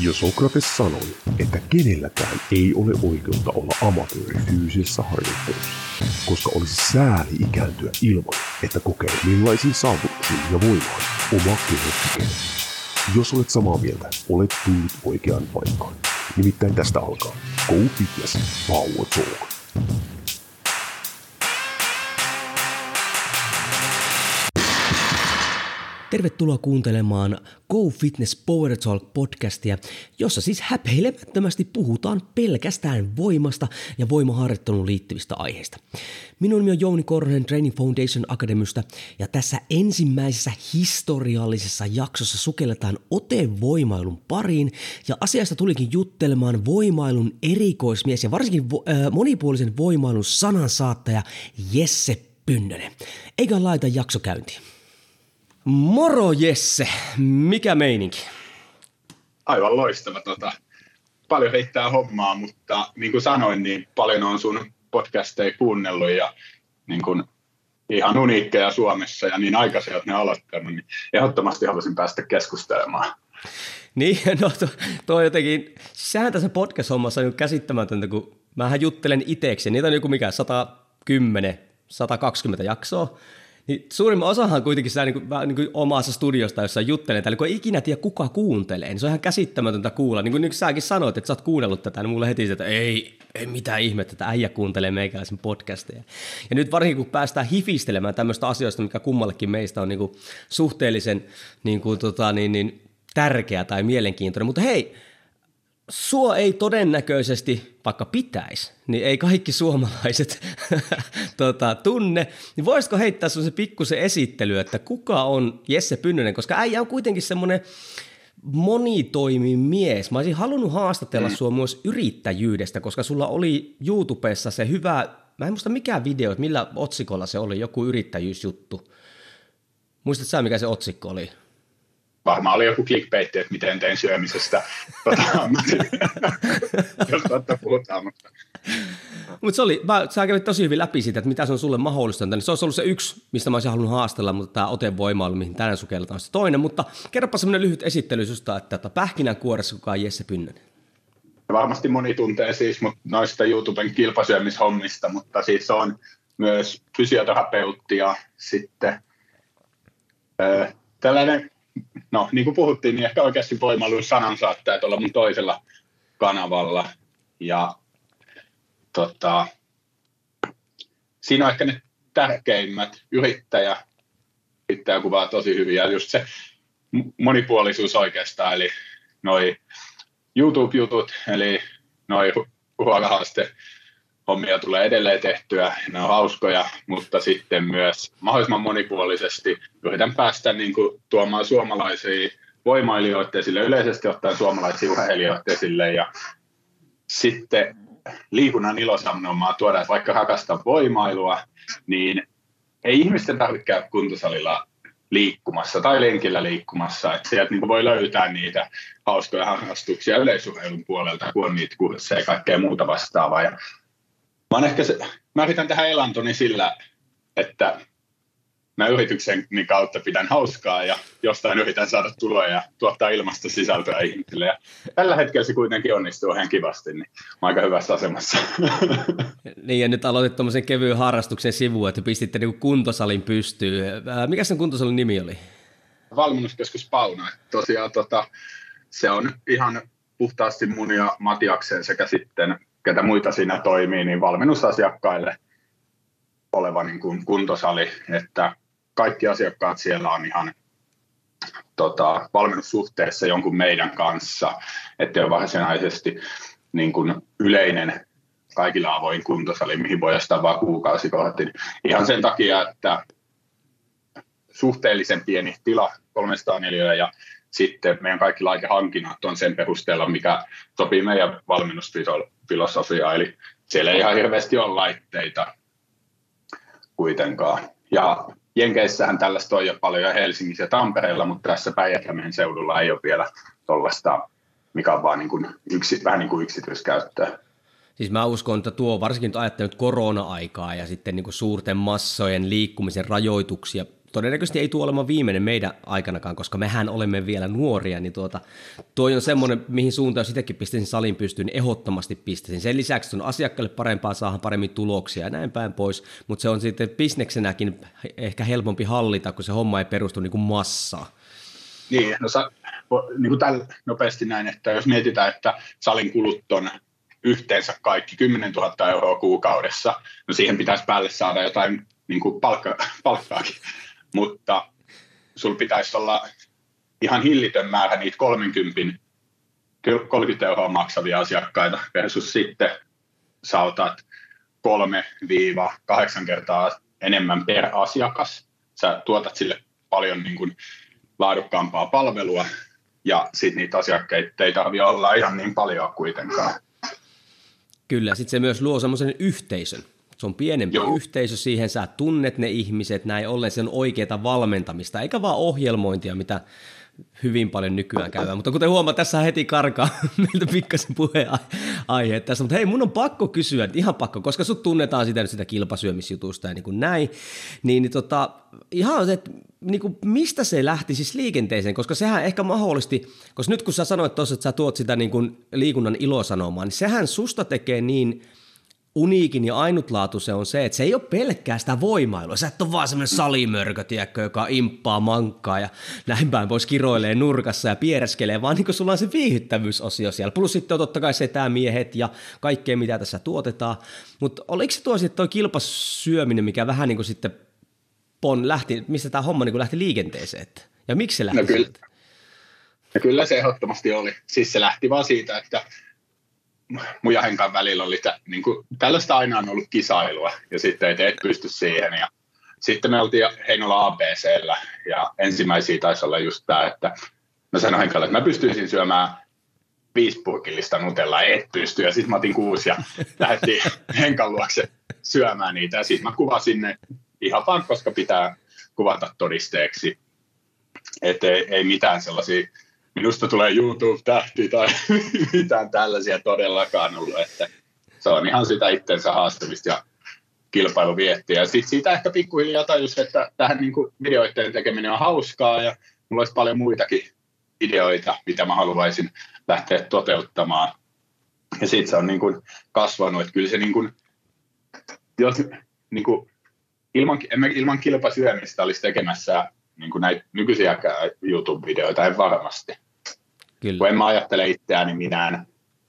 Jo Sokrates sanoi, että kenelläkään ei ole oikeutta olla amatööri fyysisessä harjoittelussa, koska olisi sääli ikääntyä ilman, että kokee millaisiin saavutuksiin ja voimaan oma keho kykenee. Jos olet samaa mieltä, olet tullut oikeaan paikkaan. Nimittäin tästä alkaa Go Fitness Power Talk. Tervetuloa kuuntelemaan Go Fitness Power Talk podcastia, jossa siis häpeilemättömästi puhutaan pelkästään voimasta ja voimaharjoitteluun liittyvistä aiheista. Minun nimi on Jouni Korhonen Training Foundation Academystä ja tässä ensimmäisessä historiallisessa jaksossa sukelletaan otevoimailun pariin ja asiasta tulikin juttelemaan voimailun erikoismies ja varsinkin monipuolisen voimailun sanansaattaja Jesse Pynnönen. Eikä laita jakso käyntiin. Moro Jesse, mikä meininki? Aivan loistava. Paljon riittää hommaa, mutta niin kuin sanoin, niin paljon on sun podcasteja kuunnellut ja niin kuin ihan uniikkeja Suomessa ja niin aikaisin olet ne aloittanut, niin ehdottomasti haluaisin päästä keskustelemaan. Niin, no toi jotenkin, sehän tässä podcast-hommassa on käsittämätöntä, kun mähän juttelen itseksi, niitä on joku mikä 110, 120 jaksoa. Niin suurimman osahan kuitenkin sitä niin kuin omassa studiosta, jossa juttelee täällä, kun ei ikinä tiedä kuka kuuntelee, niin se on ihan käsittämätöntä kuulla. Niin kuin säkin sanoit, että sä oot kuunnellut tätä, niin mulle heti että ei mitään ihmettä, että äijä kuuntelee meikäläisen podcasteja. Ja nyt varsinkin kun päästään hifistelemään tämmöistä asioista, mikä kummallekin meistä on niin kuin suhteellisen niin kuin, tärkeä tai mielenkiintoinen, mutta hei, sua ei todennäköisesti, vaikka pitäisi, niin ei kaikki suomalaiset tunne, niin voisitko heittää sellaisen pikkusen esittelyä, että kuka on Jesse Pynnönen, koska äijä on kuitenkin semmoinen monitoimimies. Mä olisin halunnut haastatella sua myös yrittäjyydestä, koska sulla oli YouTubessa se hyvä, mä en muista mikä video, millä otsikolla se oli, joku yrittäjyysjuttu. Muistatko sä, mikä se otsikko oli? Varmaan oli joku clickbait, että miten tein syömisestä jos totta puhutaan. Mutta sä kävit tosi hyvin läpi siitä, että mitä se on sulle mahdollista. Se olisi ollut se yksi, mistä mä olisin halunnut haastella, mutta tämä otevoimailu, mihin tänään sukelletaan, on se toinen. Mutta kerropa semmoinen lyhyt esittely susta, että pähkinänkuoressa kukaan on Jesse Pynnönen. Varmasti moni tuntee siis noista YouTuben kilpasyömishommista, mutta siis on myös fysioterapeutti ja sitten tällainen. No, niin kuin puhuttiin, niin ehkä oikeasti voimailun sanansaattaja tuolla mun toisella kanavalla. Ja siinä on ehkä ne tärkeimmät yrittäjä kuvaa tosi hyvin. Ja just se monipuolisuus oikeastaan, eli noi YouTube-jutut, eli noi ruokahaaste-hommia tulee edelleen tehtyä, ne on hauskoja, mutta sitten myös mahdollisimman monipuolisesti yritän päästä niin kuin tuomaan suomalaisia voimailijoita esille, yleisesti ottaen suomalaisia urheilijoita esille, ja sitten liikunnan ilosanomaa tuoda, että vaikka rakastan voimailua, niin ei ihmisten tarvitse käydä kuntosalilla liikkumassa tai lenkillä liikkumassa, että sieltä niin voi löytää niitä hauskoja harrastuksia yleisurheilun puolelta, kun on niitä kursseja ja kaikkea muuta vastaavaa. Ja mä yritän tähän elantoni sillä, että mä yrityksen kautta pidän hauskaa ja jostain yritän saada tuloja ja tuottaa ilmasta sisältöä ihmisille. Ja tällä hetkellä se kuitenkin onnistuu ihan kivasti, niin mä oon aika hyvässä asemassa. Niin, ja nyt aloitit tuommoisen kevyen harrastuksen sivuun, että pistitte niin kuntosalin pystyyn. Mikä sen kuntosalin nimi oli? Valmennuskeskus Pauna. Tosiaan se on ihan puhtaasti mun ja Matiaksen sekä sitten ketä muita siinä toimii, niin valmennusasiakkaille oleva niin kuin kuntosali, että kaikki asiakkaat siellä on ihan valmennussuhteessa jonkun meidän kanssa, ettei ole varsinaisesti niin kuin yleinen kaikilla avoin kuntosali, mihin voi ostaa vain kuukausikortin. Ihan sen takia, että suhteellisen pieni tila, 304, ja sitten meidän kaikki laitehankinnat on sen perusteella, mikä sopii meidän valmennusfilosofiaan, eli siellä ei ihan hirveästi ole laitteita kuitenkaan. Ja Jenkeissähän tällaista on jo paljon Helsingissä ja Tampereella, mutta tässä Päijät-Hämeen seudulla ei ole vielä tuollaista, mikä on vaan niin kuin vähän niin kuin yksityiskäyttöä. Siis mä uskon, että tuo varsinkin nyt ajattelut korona-aikaa ja sitten niin kuin suurten massojen liikkumisen rajoituksia todennäköisesti ei tule olemaan viimeinen meidän aikanakaan, koska mehän olemme vielä nuoria, niin toi on semmoinen, mihin suuntaan, jos itsekin pistäisin salin pystyyn, niin ehdottomasti pistäisin. Sen lisäksi on asiakkaille parempaa, saada paremmin tuloksia ja näin päin pois, mutta se on sitten bisneksenäkin ehkä helpompi hallita, kun se homma ei perustu niin kuin massaan. Niin, niin kuin tällä nopeasti näin, että jos mietitään, että salin kulut on yhteensä kaikki 10 000 euroa kuukaudessa, no siihen pitäisi päälle saada jotain niin kuin palkkaakin, mutta sulla pitäisi olla ihan hillitön määrä niitä 30 euroa maksavia asiakkaita versus sitten sä otat 3-8 kertaa enemmän per asiakas. Sä tuotat sille paljon niin kuin laadukkaampaa palvelua ja sitten niitä asiakkaita ei tarvitse olla ihan niin paljon kuitenkaan. Kyllä, sitten se myös luo semmoisen yhteisön. Se on pienempi yhteisö, siihen sä tunnet ne ihmiset, näin ollen se on oikeaa valmentamista, eikä vaan ohjelmointia, mitä hyvin paljon nykyään käydään. Mutta kuten huomaa, tässä heti karkaa meiltä pikkasen puheenaihe tässä, mutta hei, mun on pakko kysyä, ihan pakko, koska sut tunnetaan sitä kilpasyömisjutusta ja niin kuin näin, niin ihan se, että niin kuin mistä se lähti siis liikenteeseen, koska sehän ehkä mahdollisesti, koska nyt kun sä sanoit tuossa, että sä tuot sitä niin kuin liikunnan ilosanomaa, niin sehän susta tekee niin uniikin ja ainutlaatuisen on se, että se ei ole pelkkää sitä voimailua. Sä et ole vaan semmoinen salimörkö, tiedätkö, joka imppaa, mankkaa ja näin päin pois kiroilee nurkassa ja piereskelee, vaan niin kuin sulla on se viihdyttävyysosio siellä. Plus sitten on totta kai setämiehet ja kaikkea, mitä tässä tuotetaan. Mutta oliko se tuo kilpasyöminen, mikä vähän niin kuin sitten lähti, mistä tämä homma niin kuin lähti liikenteeseen? Ja miksi se lähti sieltä? No kyllä se ehdottomasti oli. Siis se lähti vaan siitä, että mun ja Henkan välillä oli niin kuin, tällaista aina on ollut kisailua ja sitten ei te pysty siihen. Ja sitten me oltiin Heinola ABC:llä ja ensimmäisiä taisi olla just tämä, että mä sanoin Henkalle, että mä pystyisin syömään 5 purkillista nutellaa, et pysty. Ja sitten mä otin 6 ja lähdettiin Henkan luokse syömään niitä. Ja sitten mä kuvasin ne ihan vaan, koska pitää kuvata todisteeksi, että ei mitään sellaisia. Minusta tulee YouTube-tähti tai mitään tällaisia todellakaan ollut, että se on ihan sitä itsensä haastavista ja kilpailuviettiä. Ja sitten siitä ehkä pikkuhiljaa tajus, että tähän niin kuin videoiden tekeminen on hauskaa ja mulla olisi paljon muitakin ideoita, mitä mä haluaisin lähteä toteuttamaan. Ja sitten se on niin kuin kasvanut, että kyllä se niin kuin, jos niin kuin ilman kilpasyömistä olisi tekemässä niin kuin näitä nykyisiäkään YouTube-videoita, en varmasti. Kyllä. Kun en mä ajattele itseäni minään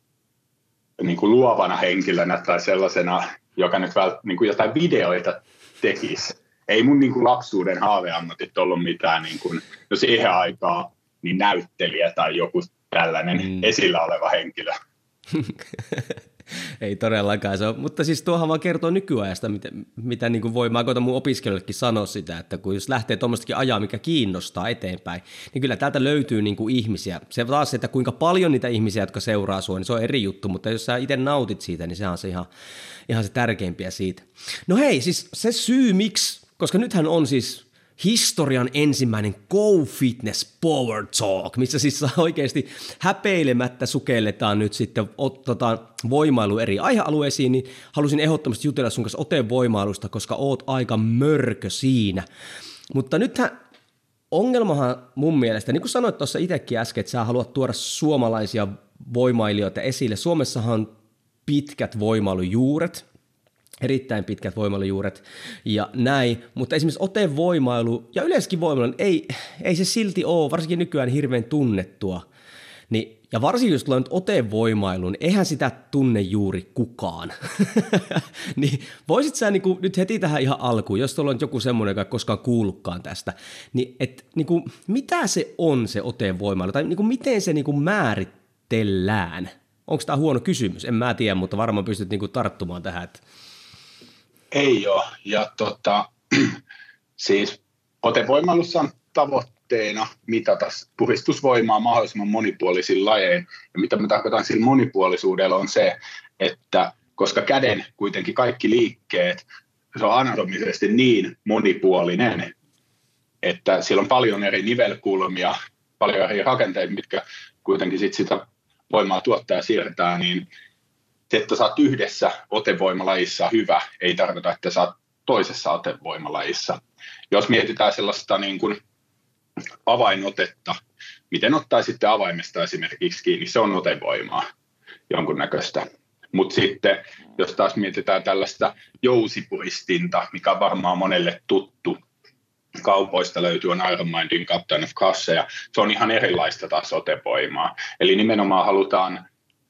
niin kuin luovana henkilönä tai sellaisena, joka nyt niin kuin jotain videoita tekisi. Ei mun niin kuin lapsuuden haaveammatit ollut mitään niin kuin, no siihen aikaan niin näyttelijä tai joku tällainen esillä oleva henkilö. Ei todellakaan se ole, mutta siis tuohan vaan kertoo nykyajasta, mitä niin kuin voi, mä koitan mun opiskelijoillekin sanoa sitä, että kun jos lähtee tuommoistakin ajaa, mikä kiinnostaa eteenpäin, niin kyllä täältä löytyy niin kuin ihmisiä. Se taas, että kuinka paljon niitä ihmisiä, jotka seuraa sua, niin se on eri juttu, mutta jos sä itse nautit siitä, niin se on se ihan se tärkeimpiä siitä. No hei, siis se syy miksi, koska nythän on siis historian ensimmäinen Go Fitness Power Talk, missä siis oikeasti häpeilemättä sukelletaan nyt sitten, otetaan voimailu eri aihealueisiin, niin halusin ehdottomasti jutella sun kanssa otevoimailusta, koska oot aika mörkö siinä. Mutta nythän ongelmahan mun mielestä, niin kuin sanoit tuossa itsekin äsken, että sä haluat tuoda suomalaisia voimailijoita esille. Suomessahan on pitkät voimailujuuret, erittäin pitkät voimailujuuret ja näin, mutta esimerkiksi otevoimailu ja yleensäkin voimailu, ei se silti ole, varsinkin nykyään hirveän tunnettua. Niin, ja varsinkin jos tulee nyt otevoimailuun, niin eihän sitä tunne juuri kukaan. Niin voisit sä niinku, nyt heti tähän ihan alkuun, jos tuolla on joku semmoinen, joka ei koskaan kuullutkaan tästä, niin niinku, mitä se on se otevoimailu, tai niinku, miten se niinku määritellään? Onko tämä huono kysymys? En mä tiedä, mutta varmaan pystyt niinku tarttumaan tähän. Että ei ole. Ja siis otevoimailussa on tavoitteena mitata puhdistusvoimaa mahdollisimman monipuolisin lajein. Ja mitä mä tarkoitan sillä monipuolisuudella on se, että koska käden kuitenkin kaikki liikkeet, se on anatomisesti niin monipuolinen, että siellä on paljon eri nivelkulmia, paljon eri rakenteita, mitkä kuitenkin sitä voimaa tuottaa ja siirtää, niin se, että sä oot yhdessä otevoimalajissa hyvä, ei tarkoita, että sä oot toisessa otevoimalajissa. Jos mietitään sellaista niin kuin avainotetta, miten ottaa sitten avaimesta esimerkiksi kiinni, se on otevoimaa jonkunnäköistä. Mutta sitten, jos taas mietitään tällaista jousipuristinta, mikä on varmaan monelle tuttu, kaupoista löytyy on Ironmindin Captain of Crusher, se on ihan erilaista taas otevoimaa. Eli nimenomaan halutaan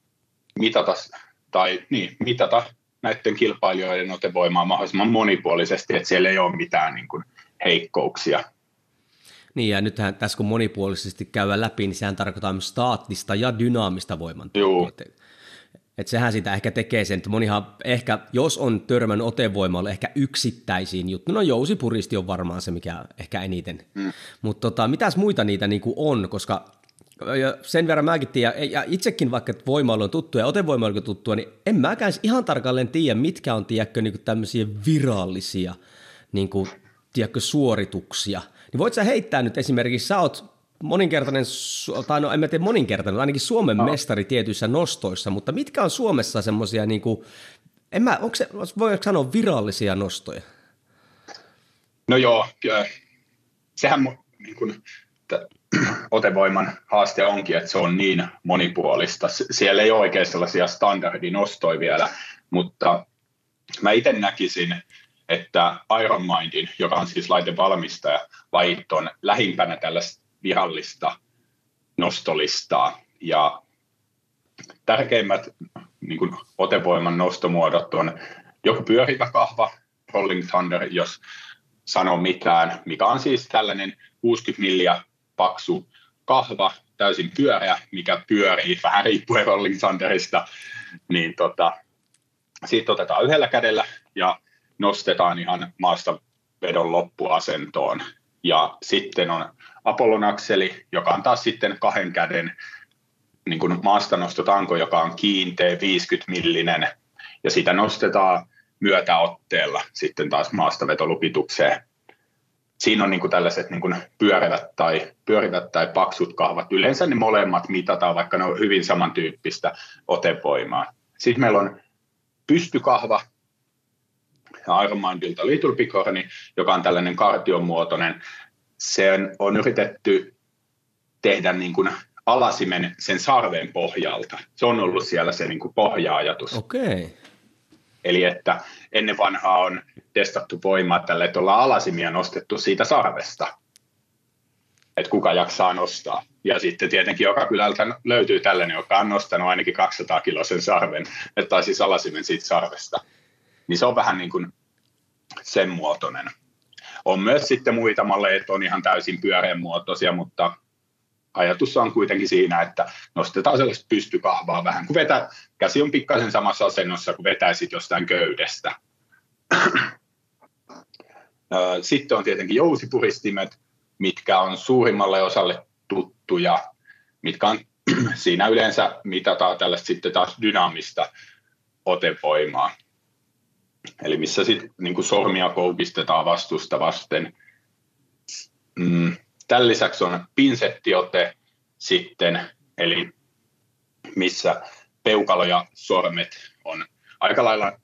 mitata näiden kilpailijoiden otevoimaa mahdollisimman monipuolisesti, että siellä ei ole mitään niin kuin heikkouksia. Niin, ja nythän tässä kun monipuolisesti käydään läpi, niin sehän tarkoittaa myös staattista ja dynaamista voimantuottoa. Että sehän sitä ehkä tekee sen, että monihan ehkä, jos on törmännyt otevoimalla ehkä yksittäisiin juttuja, no jousipuristi on varmaan se, mikä ehkä eniten. Mutta mitäs muita niitä niin kuin on, koska sen verran mäkin tiedän, ja itsekin vaikka voimailu on tuttua ja otevoimailu on tuttua, niin en mäkään ihan tarkalleen tiedä, mitkä on tiedätkö, niin kuin tämmöisiä virallisia niin kuin, tiedätkö, suorituksia. Niin voit sä heittää nyt esimerkiksi, sä oot moninkertainen, tai no en mä tiedä moninkertainen, ainakin Suomen mestari tietyissä nostoissa, mutta mitkä on Suomessa semmoisia, niin kuin, voiko sanoa virallisia nostoja? No joo, sehän niin kuin, otevoiman haaste onkin, että se on niin monipuolista. Siellä ei ole oikein sellaisia standardinostoja vielä, mutta mä itse näkisin, että Ironmindin, joka on siis laitevalmistaja, lajit on lähimpänä tällaista virallista nostolistaa. Ja tärkeimmät niin kuin otevoiman nostomuodot on joku pyörivä kahva, Rolling Thunder, jos sanoo mitään, mikä on siis tällainen 60 milliä paksu kahva, täysin pyöreä, mikä pyörii vähän riippuen Rolling Thunderista, niin siitä otetaan yhdellä kädellä ja nostetaan ihan maasta vedon loppuasentoon. Ja sitten on Apollon akseli, joka on taas sitten 2 käden niin kuin maastanostotanko, joka on kiinteä 50 millinen, ja sitä nostetaan myötäotteella sitten taas maastavetolupitukseen. Siinä on niin kuin tällaiset niin kuin pyörivät tai paksut kahvat. Yleensä ne molemmat mitataan, vaikka ne on hyvin samantyyppistä otevoimaa. Sitten meillä on pystykahva, Ironmindilta Little Bighorn, joka on tällainen kartionmuotoinen. Sen on yritetty tehdä niin kuin alasimen sen sarven pohjalta. Se on ollut siellä se niin kuin pohja-ajatus. Okay. Eli että ennen vanhaa on testattu voimaa tällä, että ollaan alasimia nostettu siitä sarvesta, että kuka jaksaa nostaa. Ja sitten tietenkin joka kylältä löytyy tällainen, joka on nostanut ainakin 200 kilosen sarven, tai siis alasimen siitä sarvesta. Niin se on vähän niin kuin sen muotoinen. On myös sitten muita malleja, että on ihan täysin pyöreän muotoisia, mutta ajatus on kuitenkin siinä, että nostetaan sellaista pystykahvaa vähän, kun käsi on pikkasen samassa asennossa, kun vetäisit jostain köydestä. Sitten on tietenkin jousipuristimet, mitkä on suurimmalle osalle tuttuja, mitkä on siinä yleensä mitataan tällaista sitten taas dynaamista otevoimaa. Eli missä sitten niin kuin sormia koukistetaan vastusta vasten. Tämän lisäksi on pinsettiote sitten, eli missä peukalo ja sormet on aika lailla,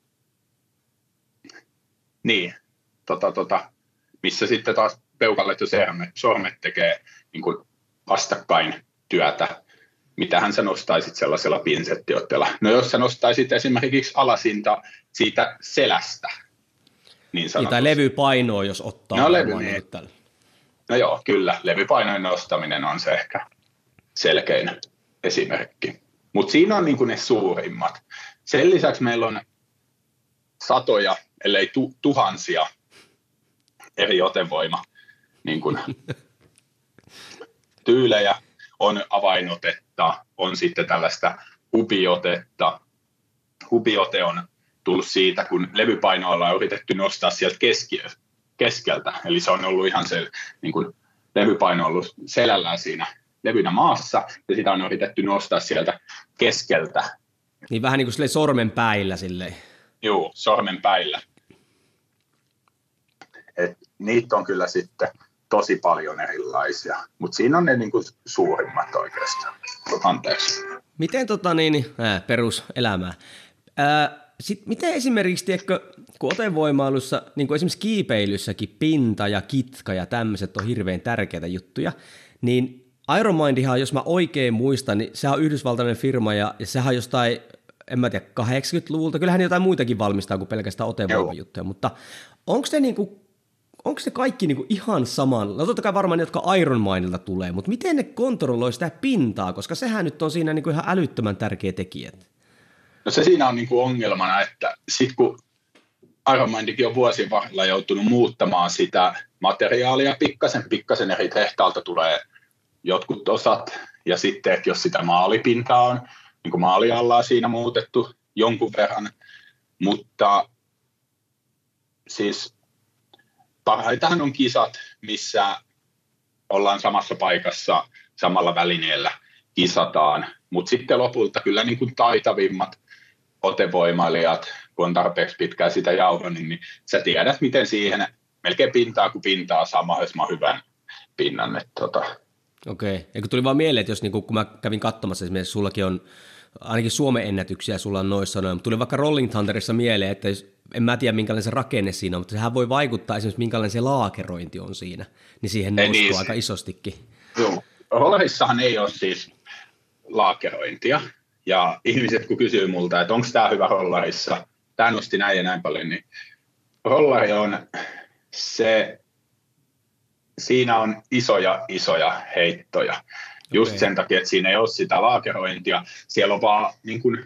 missä sitten taas peukalot ja sormet tekee niin kuin vastakkain työtä. Mitähän sä nostaisit sellaisella pinsettiotteella? No jos sä nostaisit esimerkiksi alasinta siitä selästä, niin sanotusti. Tai levypainoa, jos ottaa. No joo, kyllä. Levypainojen nostaminen on se ehkä selkein esimerkki. Mutta siinä on niin kuin ne suurimmat. Sen lisäksi meillä on satoja, ellei tuhansia eri otevoima niin kuin tyylejä. On avainotetta, on sitten tällaista hubiotetta. Hubiote on tullut siitä, kun levypainoilla on yritetty nostaa sieltä keskeltä. Eli se on ollut ihan se niin kuin levypaino on ollut selällään siinä levynä maassa, ja sitä on yritetty nostaa sieltä keskeltä. Niin vähän niin kuin sormen päillä silleen. Joo, sormen päillä. Et niitä on kyllä sitten tosi paljon erilaisia, mutta siinä on ne niin kuin suurimmat oikeastaan. Anteeksi. Miten peruselämää? miten esimerkiksi, tiedätkö, kun otevoimailussa, niin kuin esimerkiksi kiipeilyssäkin pinta ja kitka ja tämmöiset on hirveän tärkeitä juttuja, niin Ironmindihan, jos mä oikein muistan, niin sehän on yhdysvaltainen firma ja sehän on jostain, en mä tiedä, 80-luvulta. Kyllähän jotain muitakin valmistaa kuin pelkästään otevoimajuttuja, mutta onko ne kaikki niinku ihan saman? No totta kai varmaan ne, jotka Ironmindilta tulee, mutta miten ne kontrolloi sitä pintaa, koska sehän nyt on siinä niinku ihan älyttömän tärkeä tekijä. No se siinä on niinku ongelmana, että sitten kun Ironmindikin on vuosien varrella joutunut muuttamaan sitä materiaalia pikkasen eri tehtaalta tulee jotkut osat, ja sitten, että jos sitä maalipintaa on, niin kuin maalialaa siinä muutettu jonkun verran, mutta siis parhaitahan on kisat, missä ollaan samassa paikassa, samalla välineellä kisataan, mutta sitten lopulta kyllä niin kuin taitavimmat otevoimailijat, kun on tarpeeksi pitkään sitä jauhonin, niin sä tiedät, miten siihen melkein pintaa kuin pintaa saa mahdollisimman hyvän pinnan. Okei, eikö tuli vaan mieleen, että jos kun mä kävin katsomassa, esimerkiksi sullakin on ainakin Suomen ennätyksiä, sulla on noissa sanoja, mutta tuli vaikka Rolling Thunderissa mieleen, että en mä tiedä minkälainen se rakenne siinä on, mutta sehän voi vaikuttaa esimerkiksi minkälainen se laakerointi on siinä, niin siihen noustuu aika isostikin. Joo, Rollerissahan ei ole siis laakerointia, ja ihmiset kun kysyy multa, että onko tämä hyvä rollarissa, tämä nosti näin ja näin paljon, niin rollari on se, siinä on isoja heittoja. Just sen takia, että siinä ei ole sitä laakerointia. Siellä on vaan niin kuin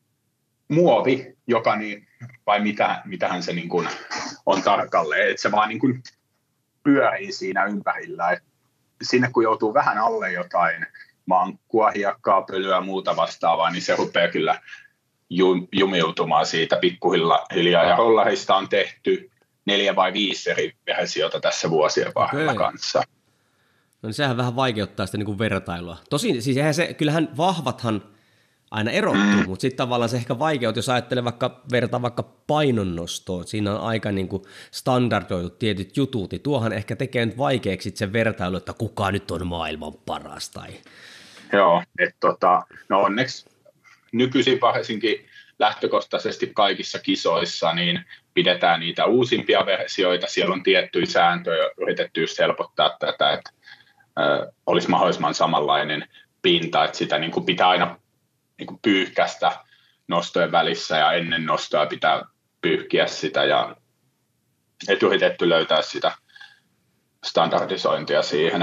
muovi, joka vai mitähän se niin kuin on tarkalleen. Että se vaan niin kuin pyörii siinä ympärillä. Et sinne kun joutuu vähän alle jotain mankkua, hiekkaa, pölyä ja muuta vastaavaa, niin se rupeaa kyllä jumiutumaan siitä pikkuhiljaa. Ja rollarista on tehty 4 vai 5 eri versiota tässä vuosien varrella kanssa. No niin sehän vähän vaikeuttaa sitä niin kuin vertailua. Tosin, siis kyllähän vahvathan aina erottuu, mutta sitten tavallaan se ehkä vaikeut, jos ajattelee vertaa vaikka painonnostoon, siinä on aika niin kuin standardoitu tietyt jutut, niin tuohan ehkä tekee nyt vaikeaksi sen vertailu, että kuka nyt on maailman paras. Tai... Joo, no onneksi nykyisin varsinkin lähtökohtaisesti kaikissa kisoissa niin pidetään niitä uusimpia versioita, siellä on tiettyjä sääntöjä, yritetty just helpottaa tätä, että olisi mahdollisimman samanlainen pinta, että sitä niin kuin pitää aina niin kuin pyyhkästä nostojen välissä ja ennen nostoa pitää pyyhkiä sitä ja et yritetty löytää sitä standardisointia siihen.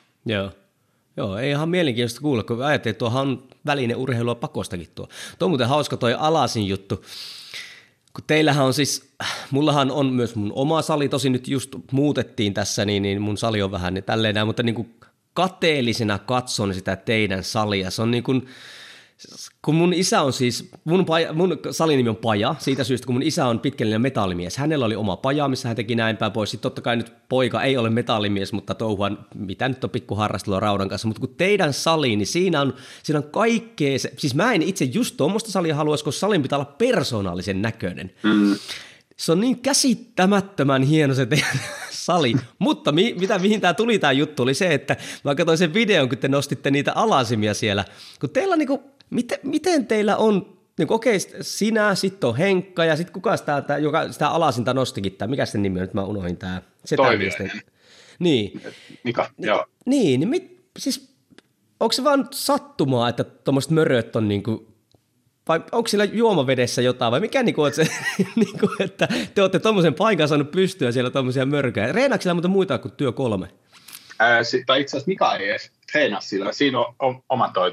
Joo, ei ihan mielenkiintoista kuulla, kun ajattelin, että tuohan on välineurheilua pakostakin tuo. Tuo on muuten hauska toi Alasin juttu, kun teillähän on siis, mullahan on myös mun oma sali, tosi nyt just muutettiin tässä, niin mun sali on vähän niin tälleen näin, mutta niin kuin kateellisena katson sitä teidän salia, se on niin kuin, kun mun isä on siis, mun salin nimi on Paja, siitä syystä kun mun isä on pitkällinen metallimies, hänellä oli oma paja, missä hän teki näin päin pois, sitten totta kai nyt poika ei ole metallimies, mutta touhuan, mitä nyt on pikkuharrastelua raudan kanssa, mutta kun teidän sali, niin siinä on kaikkea, siis mä en itse just tuommoista salia haluaisi, koska salin pitää olla persoonallisen näköinen. Se on niin käsittämättömän hieno se teidän sali, mutta mihin tämä tuli tämä juttu oli se, että mä katsoin sen videon, kun te nostitte niitä alasimia siellä, kun teillä niinku, miten teillä on, niinku, okei, sinä, sitten on Henkka ja sitten kuka joka sitä alasinta nostikin, tai mikä sen nimi on, nyt mä unohdin tämä. Toiviainen. Niin. Mika, joo. Niin siis onko se vaan sattumaa, että tuommoiset möröt on niinku, vai onko siellä juomavedessä jotain, vai mikä niinku on se, niinku, että te olette tuommoisen paikan saanut pystyä siellä tuommoisia mörköjä. Reenaako siellä muuten muita kuin työ 3? Tai itse asiassa Mika ei edes treenaa sillä. Siinä on oma toi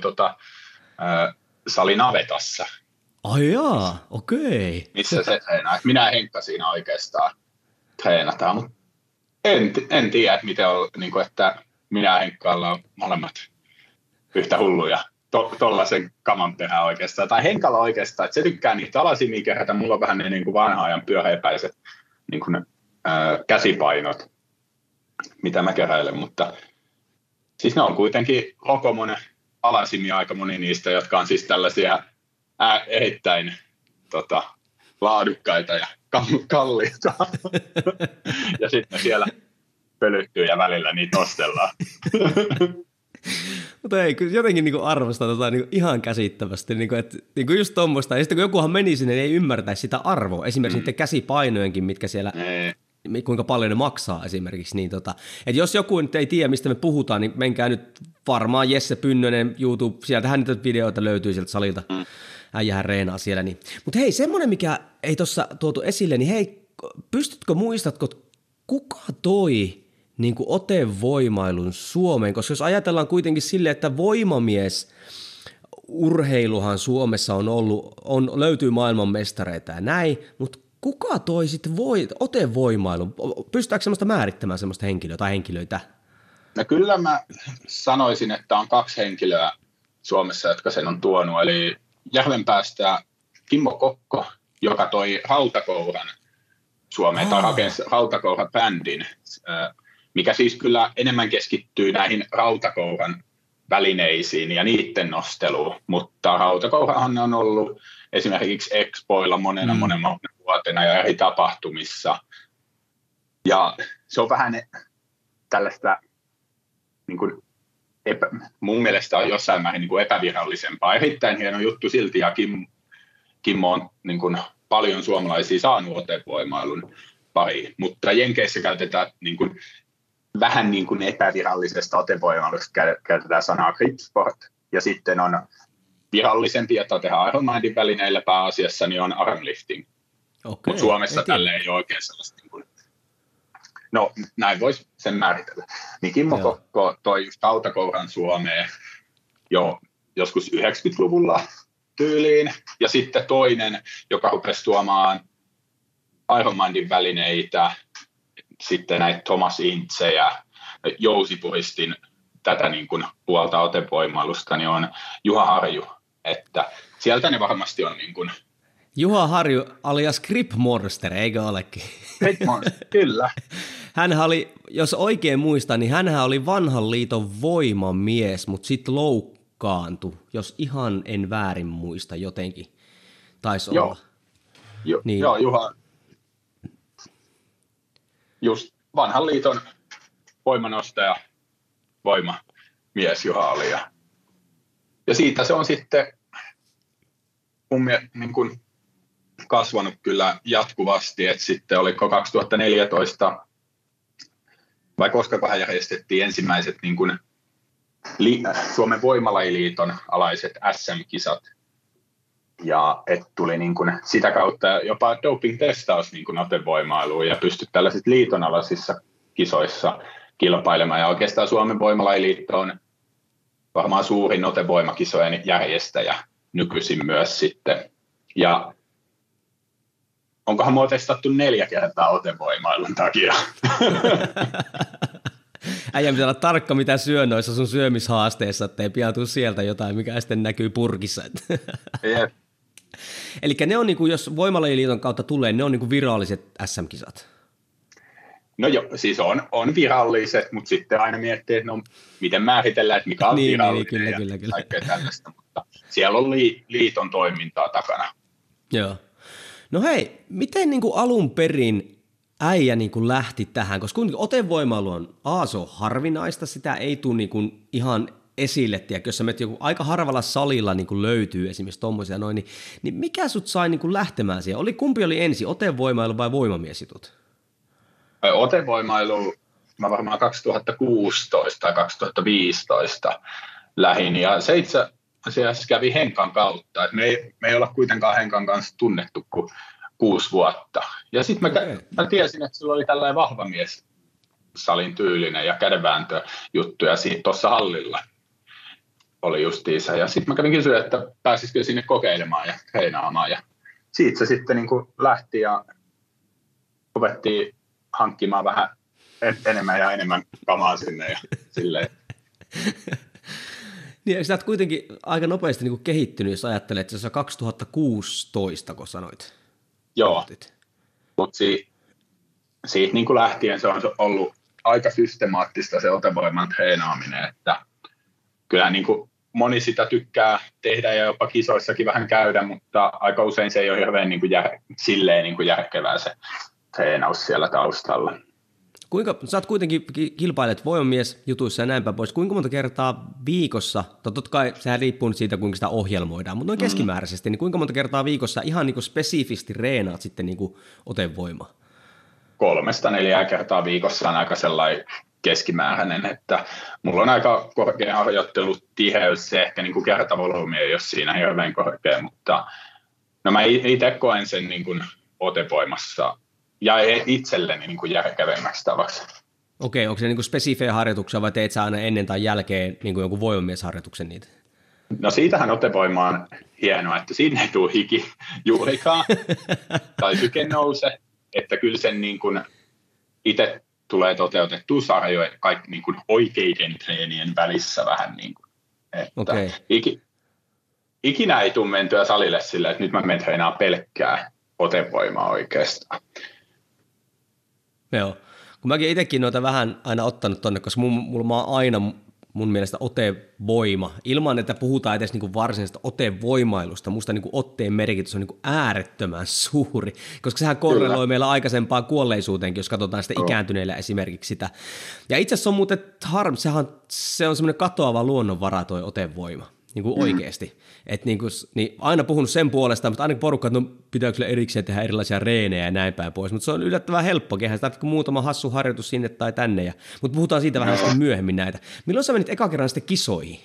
sali navetassa. Ai jaa, okei. Missä se treenaa. Minä ja Henkka siinä oikeastaan treenataan, mutta en tiedä, että miten on, niin kuin, että minä ja Henkka ollaan molemmat yhtä hulluja. Tollaisen kaman perään oikeastaan, tai Henkalla oikeastaan, että se tykkää niitä alasimia kerätä, mulla on vähän ne niin kuin vanhan ajan pyöreipäiset niin kuin, käsipainot, mitä mä keräilen, mutta siis ne on kuitenkin Locomonen alasimia aika moni niistä, jotka on siis tällaisia erittäin laadukkaita ja kalliita, ja sitten siellä pölyttyy ja välillä niitä nostellaan. Mutta ei, kyllä jotenkin niin arvostaa niin ihan käsittävästi, niin kuin, että niin kuin just tuommoista. Ja sitten kun jokuhan meni sinne, niin ei ymmärtäisi sitä arvoa. Esimerkiksi niiden käsipainojenkin, mitkä siellä, kuinka paljon ne maksaa esimerkiksi. Niin että jos joku nyt ei tiedä, mistä me puhutaan, niin menkää nyt varmaan Jesse Pynnönen YouTube, sieltähän niitä videoita löytyy sieltä salilta. Äijähän reenaa siellä. Niin. Mutta hei, semmoinen, mikä ei tuossa tuotu esille, niin hei, muistatko, kuka toi niin kuin otevoimailun Suomeen? Koska jos ajatellaan kuitenkin silleen, että voimamies urheiluhan Suomessa on ollut, löytyy maailmanmestareita ja näin, mutta kuka toi sitten otevoimailun? Pystytäänkö semmoista määrittämään semmoista henkilöä tai henkilöitä? No kyllä mä sanoisin, että on 2 henkilöä Suomessa, jotka sen on tuonut, eli Järvenpäästä Kimmo Kokko, joka toi hautakouran Suomeen, tai rakensi hautakouran-bändin, mikä siis kyllä enemmän keskittyy näihin hautakouran välineisiin ja niiden nosteluun, mutta hautakourahan on ollut esimerkiksi Expoilla monena vuotena ja eri tapahtumissa, ja se on vähän tällaista niin kuin mun mielestä on jossain määrin niin kuin epävirallisempaa. Erittäin hieno juttu silti, ja Kimmo on niin kuin paljon suomalaisia saanut otevoimailun pariin, mutta Jenkeissä käytetään niin kuin, vähän niin kuin epävirallisesta otevoimailusta käytetään sanaa gripsport, ja sitten on virallisempi, jota tehdään Ironmanin välineillä pääasiassa, niin on armlifting. Mutta Suomessa tälle ei ole oikein sellaista, niin kuin, no näin voisi sen määritellä. Niin Kimmo Kokko toi just hautakouran Suomeen jo joskus 90-luvulla tyyliin, ja sitten toinen, joka rupesi tuomaan Ironmanin välineitä, sitten näitä Thomas Intsejä, jousipuristin tätä niin kuin puolta otevoimailusta, niin on Juha Harju, että sieltä ne varmasti on niin kuin... Juha Harju alias Grip Monster, eikö olekin? Grip Monster, kyllä. Hänhän oli, jos oikein muistan, niin hänhän oli vanhan liiton voimamies, mutta sitten loukkaantui, jos ihan en väärin muista jotenkin. Taisi olla. Niin. Joo, Juha. Just vanhan liiton voimanostaja, voimamies Juha oli. Ja siitä se on sitten mun mielestä niin kuin kasvanut kyllä jatkuvasti, että sitten oliko 2014, vai koskakohan järjestettiin ensimmäiset niin kuin Suomen Voimalajiliiton alaiset SM-kisat, ja että tuli niin kuin sitä kautta jopa doping-testaus niin kuin otevoimailuun, ja pystyi tällaiset liitonalaisissa kisoissa kilpailemaan, ja oikeastaan Suomen Voimalajiliitto on varmaan suurin otevoimakisojen järjestäjä nykyisin myös sitten, ja onkohan mua testattu 4 kertaa otevoimailun takia. Äijän pitää olla tarkka, mitä syö noissa sun syömishaasteissa, ettei pian tule sieltä jotain, mikä sitten näkyy purkissa. Yep. Eli ne on, niin kuin, jos Voimalajiliiton kautta tulee, ne on niin kuin viralliset SM-kisat. No joo, siis on viralliset, mutta sitten aina miettii, että no, miten määritellään, että mikä on virallinen kyllä. kaikkea tällaista, mutta siellä on liiton toimintaa takana. Joo. No hei, miten niin kuin alun perin äijä niin kuin lähti tähän, koska otevoimailu on, se on harvinaista, sitä ei tule niin kuin ihan esille, tiedätkö, jos sä menet joku aika harvalla salilla niin kuin löytyy esimerkiksi tommoisia noin, niin mikä sut sai niin kuin lähtemään siihen? Kumpi oli ensin, otevoimailu vai voimamiesjutut? Otevoimailu mä varmaan 2016 tai 2015 lähdin, ja se itse asiassa kävi Henkan kautta, että me ei olla kuitenkaan Henkan kanssa tunnettu kuin 6 vuotta. Ja sitten mä tiesin, että sillä oli tällainen vahva mies salin tyylinen ja kädenvääntöjuttuja tuossa hallilla oli justiinsa. Ja sitten mä kävin kysyä, että pääsisikö sinne kokeilemaan ja treenaamaan. Ja siitä se sitten niin kuin lähti ja ruvettiin hankkimaan vähän enemmän ja enemmän kamaa sinne ja silleen. Niin, sä oot kuitenkin aika nopeasti niin kuin kehittynyt, jos ajattelet, että se on 2016, kun sanoit. Joo, mutta siitä niin kuin lähtien se on ollut aika systemaattista se otevoiman treenaaminen, että kyllä niin kuin moni sitä tykkää tehdä ja jopa kisoissakin vähän käydä, mutta aika usein se ei ole hirveän niin kuin silleen niin kuin järkevää se treenaus siellä taustalla. Sä oot kuitenkin kilpailet voimamies jutuissa ja näin päin pois. Kuinka monta kertaa viikossa, totta kai sehän riippuu nyt siitä, kuinka sitä ohjelmoidaan, mutta noin keskimääräisesti, niin kuinka monta kertaa viikossa ihan niin kuin spesifisti reenaat sitten niin kuin otevoimaa? 3-4 kertaa viikossa on aika sellainen keskimääräinen, että mulla on aika korkea harjoittelutiheys, se ehkä niin kuin kertavolyymi ei ole siinä hirveän korkea, mutta no mä itse koen sen niin kuin otevoimassa ja itselleni niin kuin järkevämmäksi tavaksi. Okei, onko se niin kuin spesifejä harjoituksia vai teet sä aina ennen tai jälkeen niin kuin jonkun voimamiesharjoituksen niitä? No siitähän otevoima on hienoa, että siinä ei tule hiki juurikaan tai syke nouse, että kyllä sen niin kuin itse tulee toteutettua sarjoja kaikki niin kuin oikeiden treenien välissä vähän niin kuin, että ikinä ei tule mentyä salille sillä, että nyt mä menen treenaamaan pelkkää otevoimaa oikeastaan. Joo, kun mäkin itsekin noita vähän aina ottanut tonne, koska mulla on aina mun mielestä otevoima, ilman että puhutaan edes niinku varsinaisesta otevoimailusta, musta niinku otteen merkitys on niinku äärettömän suuri, koska sehän korreloi meillä aikaisempaan kuolleisuuteenkin, jos katsotaan sitä ikääntyneillä esimerkiksi sitä. Ja itse asiassa on muuten se on semmoinen katoava luonnonvara toi otevoima, niinku oikeasti. Että niin aina puhunut sen puolesta, mutta aina porukka, että no pitääkö sille erikseen tehdä erilaisia reenejä ja näin päin pois, mutta se on yllättävän helppokin, eihän sitä muutama hassu harjoitus sinne tai tänne, mutta puhutaan siitä vähän sitten myöhemmin näitä. Milloin sä menit eka kerran sitten kisoihin?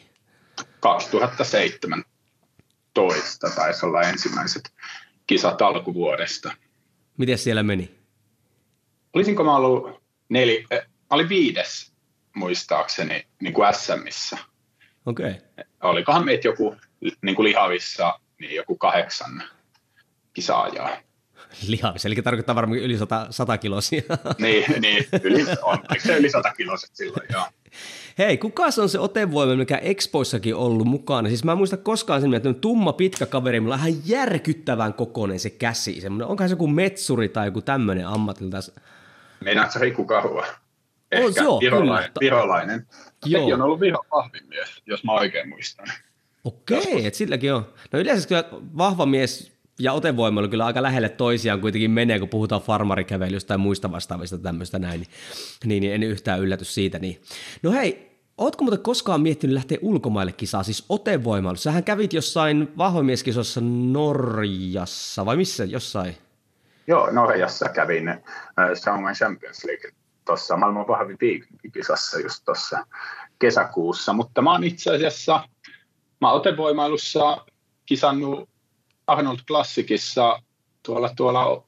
2017 taisi olla ensimmäiset kisat alkuvuodesta. Miten siellä meni? Olisinko mä ollut olin 5. muistaakseni niin kuin SMissä. Okei. Olikohan meitä joku niin kuin lihavissa niin joku 8 kisaajaa. Lihavissa, eli tarkoittaa varmaan yli 100 kilosia. niin oliko se yli 100 kiloset silloin, joo. Hei, kuka se on se otevoima, mikä Expoissakin ollut mukana? Siis mä en muista koskaan sen, että tumma pitkä kaveri, mulla on ihan järkyttävän kokoinen se käsi. Onkohan se joku metsuri tai joku tämmöinen ammatilta? Meinaatko Riku Karua? Ehkä virolainen. Sekin on ollut Viron vahvin mies, jos mä oikein muistan. Okei, että silläkin on. No yleensä kyllä vahva mies ja otevoimailu kyllä aika lähelle toisiaan kuitenkin menee, kun puhutaan farmarikävelystä tai muista vastaavista tämmöistä näin, niin en yhtään yllätys siitä. Niin. No hei, ootko muuten koskaan miettinyt lähteä ulkomaille kisaa, siis otevoimailu? Sähän kävit jossain vahvamieskisossa Norjassa, vai missä jossain? Joo, Norjassa kävin Strongman Champions League tuossa maailman vahvin viikikisassa just tuossa kesäkuussa, mutta mä oon itse asiassa otevoimailussa kisannut Arnold Classicissa tuolla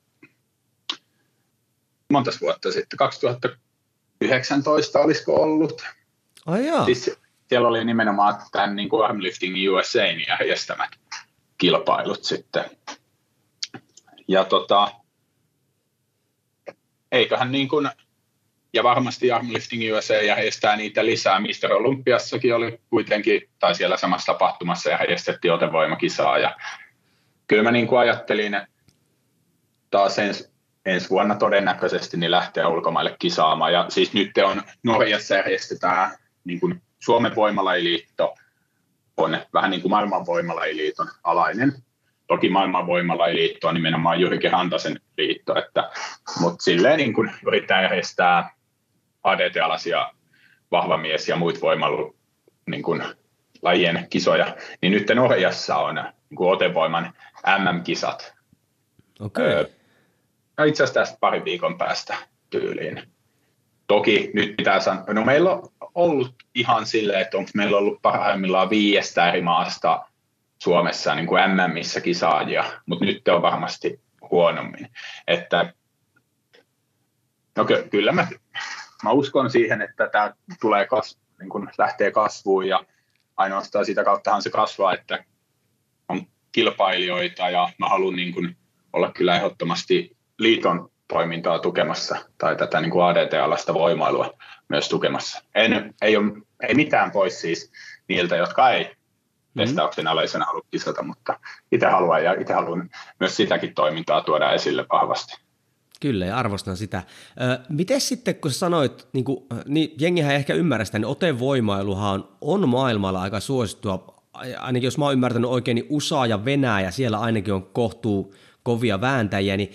montas vuotta sitten, 2019 olisiko ollut. Ai jaa. Siis siellä oli nimenomaan tämän niin kuin Armlifting USA:n järjestämät kilpailut sitten. Ja eiköhän niin kuin, ja varmasti Armlifting USA järjestää niitä lisää. Mr. Olympiassakin oli kuitenkin, tai siellä samassa tapahtumassa järjestettiin otevoimakisaa. Ja kyllä mä niin kuin ajattelin taas ensi vuonna todennäköisesti niin lähteä ulkomaille kisaamaan. Ja siis nyt Norjassa järjestetään niin kuin Suomen voimalajiliitto on vähän niin kuin maailman voimalajiliiton alainen. Toki maailman voimalajiliitto on nimenomaan Jyrki Rantasen liitto, mutta silleen niin kuin yritetään järjestää ADT-alaisia vahvamies ja muut voimailu niin kuin lajien kisoja, niin nyt Norjassa on niin kuin otevoiman MM-kisat. Okei. Itse asiassa tästä parin viikon päästä tyyliin. Toki nyt pitää sanoa, no meillä on ollut ihan silleen, että onko meillä ollut parhaimmillaan 5 eri maasta Suomessa niin kuin MMissä kisaajia, mutta nyt on varmasti huonommin. Että, no kyllä mä uskon siihen, että tämä tulee niin kuin lähtee kasvuun ja ainoastaan sitä kauttahan se kasvaa, että on kilpailijoita ja mä haluan niin kuin olla kyllä ehdottomasti liiton toimintaa tukemassa tai tätä niin kuin ADT-alasta voimailua myös tukemassa. Ei mitään pois siis niiltä, jotka ei testauksen alaisena halua kisata, mutta itse haluan myös sitäkin toimintaa tuoda esille vahvasti. Kyllä, ja arvostan sitä. Miten sitten, kun sä sanoit, niin jengihän ei ehkä ymmärrä sitä, niin otevoimailuhan on maailmalla aika suosittua, ainakin jos mä oon ymmärtänyt oikein, niin USA ja Venäjä, siellä ainakin on kohtuu kovia vääntäjiä, niin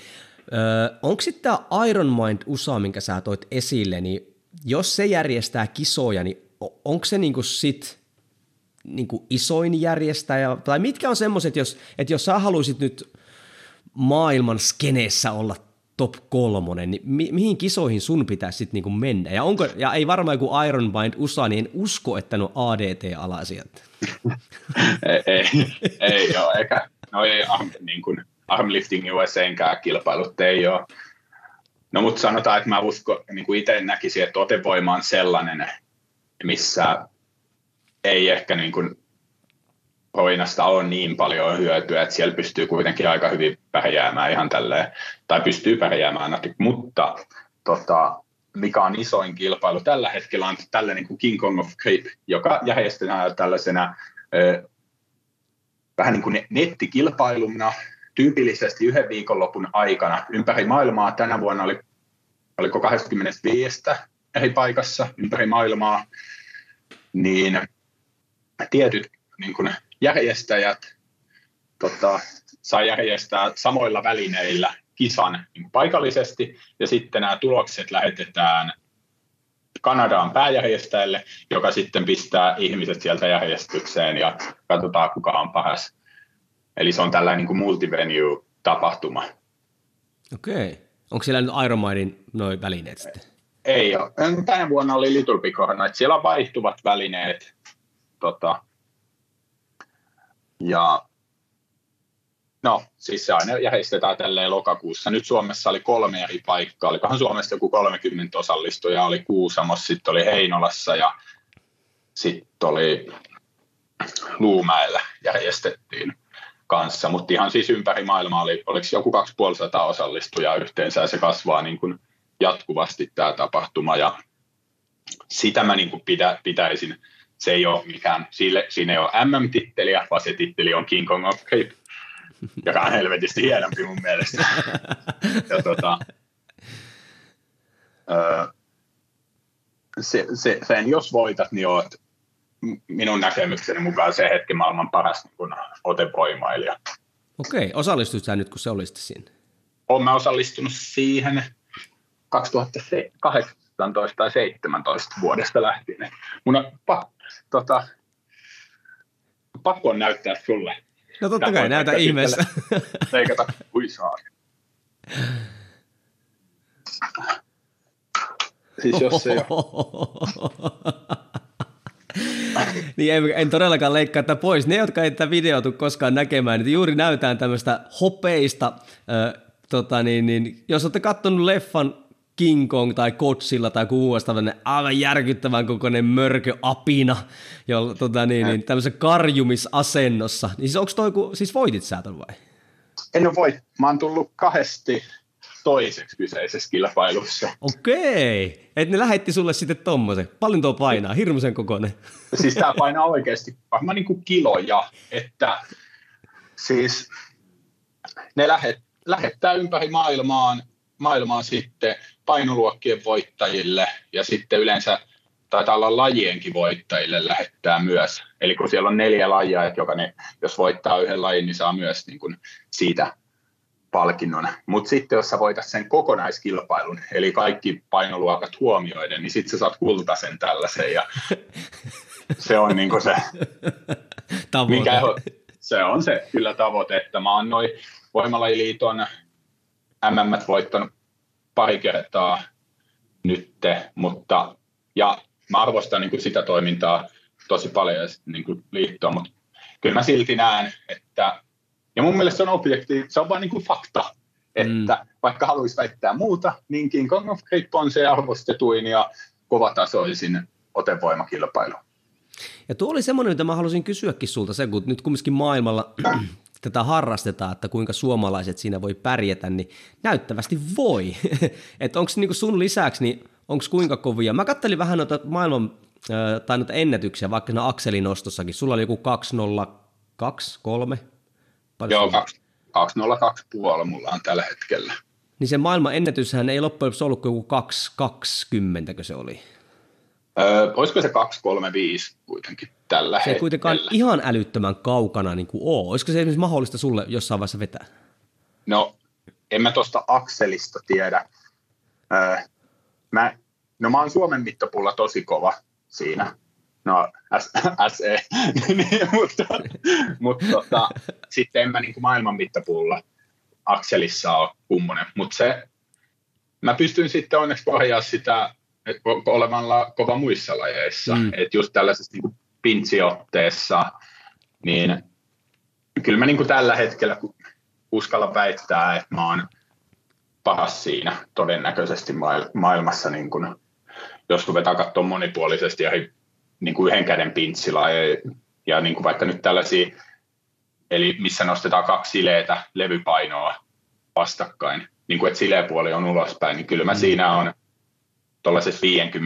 Onko sitten tämä Iron Mind USA, minkä sä toit esille, niin jos se järjestää kisoja, niin onko se niinku sit niinku isoin järjestäjä, tai mitkä on semmoiset, jos sä haluaisit nyt maailman skeneessä olla top 3, niin mihin kisoihin sun pitäisi sitten niinku mennä? Ja ei varmaan joku Iron Mind USA, niin en usko, että ne on ADT-alaisia. ei ole, eikä ei niin kuin Armlifting USA:nkään kilpailut ei ole. No mutta sanotaan, että mä uskon, niin kuin itse näkisin, että otevoima on sellainen, missä ei ehkä niin kuin hoinasta ole niin paljon hyötyä, että siellä pystyy kuitenkin aika hyvin pärjäämään ihan tälleen, tai pystyy pärjäämään ainakin, mutta mikä on isoin kilpailu tällä hetkellä on tällainen niin kuin King Kong of Cape, joka järjestetään tällaisena vähän niin kuin nettikilpailuna, tyypillisesti 1 viikonlopun aikana ympäri maailmaa. Tänä vuonna oliko 25 eri paikassa ympäri maailmaa, niin tietyt niin kuin järjestäjät saa järjestää samoilla välineillä kisan niin paikallisesti, ja sitten nämä tulokset lähetetään Kanadaan pääjärjestäjälle, joka sitten pistää ihmiset sieltä järjestykseen ja katsotaan, kuka on paras. Eli se on tällainen niin kuin multivenue-tapahtuma. Okei. Onko siellä nyt Iron Mindin noi välineet sitten? Ei ole. Tänä vuonna oli Little Big Hornet. Siellä on vaihtuvat välineet. Ja no, siis se aina järjestetään tälleen lokakuussa. Nyt Suomessa oli 3 eri paikkaa. Olikohan Suomessa joku 30 osallistujaa. Oli Kuusamossa, sitten oli Heinolassa ja sitten oli Luumäellä järjestettiin kanssa. Mutta ihan siis ympäri maailmaa oliko joku 250 osallistujaa yhteensä ja se kasvaa niin kuin jatkuvasti tämä tapahtuma. Ja sitä mä niin kuin pitäisin. Se ei ole mikään, siinä ei ole MM-titteliä, vaan se titteli on King Kong of Cape, joka on helvetisti hienompi mun mielestä. Ja sen jos voitat, niin oot minun näkemykseni mukaan se hetken maailman paras niin otevoimailija. Okei, osallistuit sä nyt, kun se olisit siinä? Olen mä osallistunut siihen 2018 tai 2017 vuodesta lähtien. Mun on pakko on näyttää sulle. No totta kai, näytä ihmeessä. Leikata kuisaa. Siis jos se niin en todellakaan leikkaa tätä pois. Ne, jotka ei tätä videoa tule koskaan näkemään, niin juuri näytään tämmöistä hopeista. Jos olette katsonut leffan King Kong tai Godzilla tai kuusta tämmöinen aivan järkyttävän kokoinen mörköapina tämmöisessä karjumisasennossa. Niin siis voitit sä ton vai? En ole voit. Mä oon tullut 2 toiseksi kyseisessä kilpailussa. Okei. Et ne lähetti sulle sitten tommosen. Paljon tuo painaa, hirmuisen kokoinen. Siis tää painaa oikeasti varmaan niin kuin kiloja, että siis ne lähettää ympäri maailmaan sitten painoluokkien voittajille ja sitten yleensä taitaa olla lajienkin voittajille lähettää myös. Eli kun siellä on 4 lajia, että jokainen, jos voittaa yhden lajin, niin saa myös niin kuin siitä palkinnon. Mutta sitten jos sä voitat sen kokonaiskilpailun, eli kaikki painoluokat huomioiden, niin sitten sä saat kultaisen tällaisen. Ja se on niin kuin se tavoite. Se on se kyllä tavoite, että mä oon noin Voimalajiliiton MM voittanut pari kertaa nytte, ja mä arvostan niin kuin sitä toimintaa tosi paljon ja niin kuin liittoa, mutta kyllä mä silti näen, että, ja mun mielestä se on se on vaan niin kuin fakta, että vaikka haluaisi väittää muuta, niin King Kong of Cape on se arvostetuin ja kovatasoisin otevoimakilpailu. Ja tuo oli semmoinen, mitä mä halusin kysyäkin sulta, se kun nyt kumminkin maailmalla tätä harrastetaan, että kuinka suomalaiset siinä voi pärjätä, niin näyttävästi voi. Että onko niinku sun lisäksi, niin onko kuinka kovia? Mä kattelin vähän noita maailman tai noita ennätyksiä, vaikka siinä akselinostossakin. Sulla oli joku 202, 3? Joo, 202,5 mulla on tällä hetkellä. Niin se maailman ennätyshän ei loppujen lopuksi ollut kuin joku 220, se oli? Olisiko se 235 kuitenkin tällä hetkellä? Se ei kuitenkaan ihan älyttömän kaukana niin kuin ole. Olisiko se esimerkiksi mahdollista sulle jossain vaiheessa vetää? No, en mä tuosta akselista tiedä. Mä oon Suomen mittapuulla tosi kova siinä. No, SE. mutta sitten en mä niin kuin maailman mittapuulla akselissa ole kummonen. Mutta mä pystyn sitten onneksi pohjaa sitä, että olemalla kova muissa lajeissa. Että just tällaisessa niin kuin pintsiotteessa, niin kyllä mä niin kuin tällä hetkellä uskallan väittää, että mä oon paras siinä todennäköisesti maailmassa, niin kuin, jos ruvetaan katsoa monipuolisesti ja niin kuin yhden käden pintsilajeja ja niin kuin vaikka nyt tällaisia, eli missä nostetaan 2 sileitä levypainoa vastakkain, niin kuin että sileä puoli on ulospäin, niin kyllä mä siinä on tuollaisessa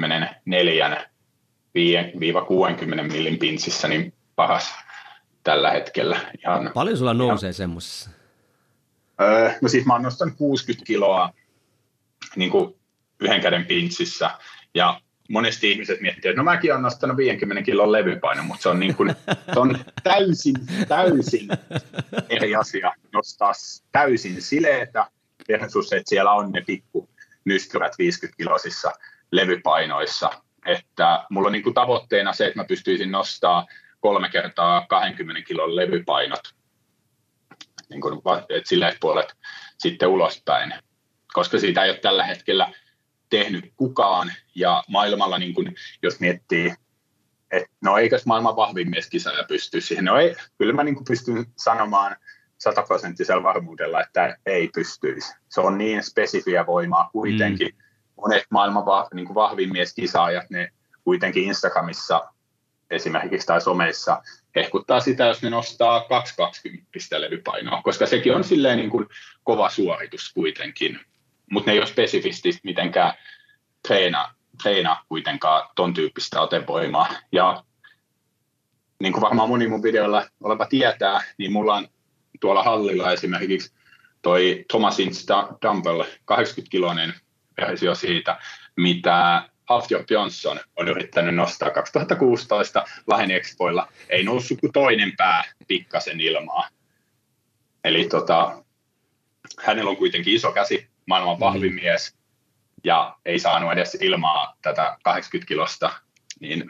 54-60 millin pintsissä niin paras tällä hetkellä. Paljon sulla nousee semmoisessa? No siis mä oon nostanut 60 kiloa niin kuin yhden käden pintsissä ja monesti ihmiset miettii, että no mäkin olen nostanut 50 kilon levypaino, mutta se on, niin kuin, se on täysin eri asia nostaa täysin sileetä versus, että siellä on ne pikku nystyrät 50-kilosissa levypainoissa. Että mulla on niin kuin tavoitteena se, että mä pystyisin nostaa 3 kertaa 20 kilon levypainot, niin kuin, että sileät puolet sitten ulospäin, koska siitä ei ole tällä hetkellä tehnyt kukaan, ja maailmalla, niin kuin, jos miettii, että no eikös maailman vahvin mieskisaaja pysty siihen, no ei, kyllä mä niin kuin pystyn sanomaan 100% varmuudella, että ei pystyisi. Se on niin spesifiä voimaa kuitenkin. Monet maailman niin kuin vahvin mieskisaajat, ne kuitenkin Instagramissa esimerkiksi tai someissa hehkuttaa sitä, jos ne nostaa 220 levypainoa, koska sekin on silleen niin kuin kova suoritus kuitenkin. Mutta ne ei ole spesifisti mitenkään treenaa kuitenkaan ton tyyppistä otevoimaa. Ja niin kuin varmaan moni mun videolla oleva tietää, niin mulla on tuolla hallilla esimerkiksi toi Thomasin Dumbbell 80-kiloinen versio siitä, mitä Halfjord Johnson on yrittänyt nostaa 2016 Lahden Expoilla. Ei noussut kuin toinen pää pikkasen ilmaa. Eli hänellä on kuitenkin iso käsi, maailman vahvin mies, ja ei saanut edes ilmaa tätä 80 kilosta, niin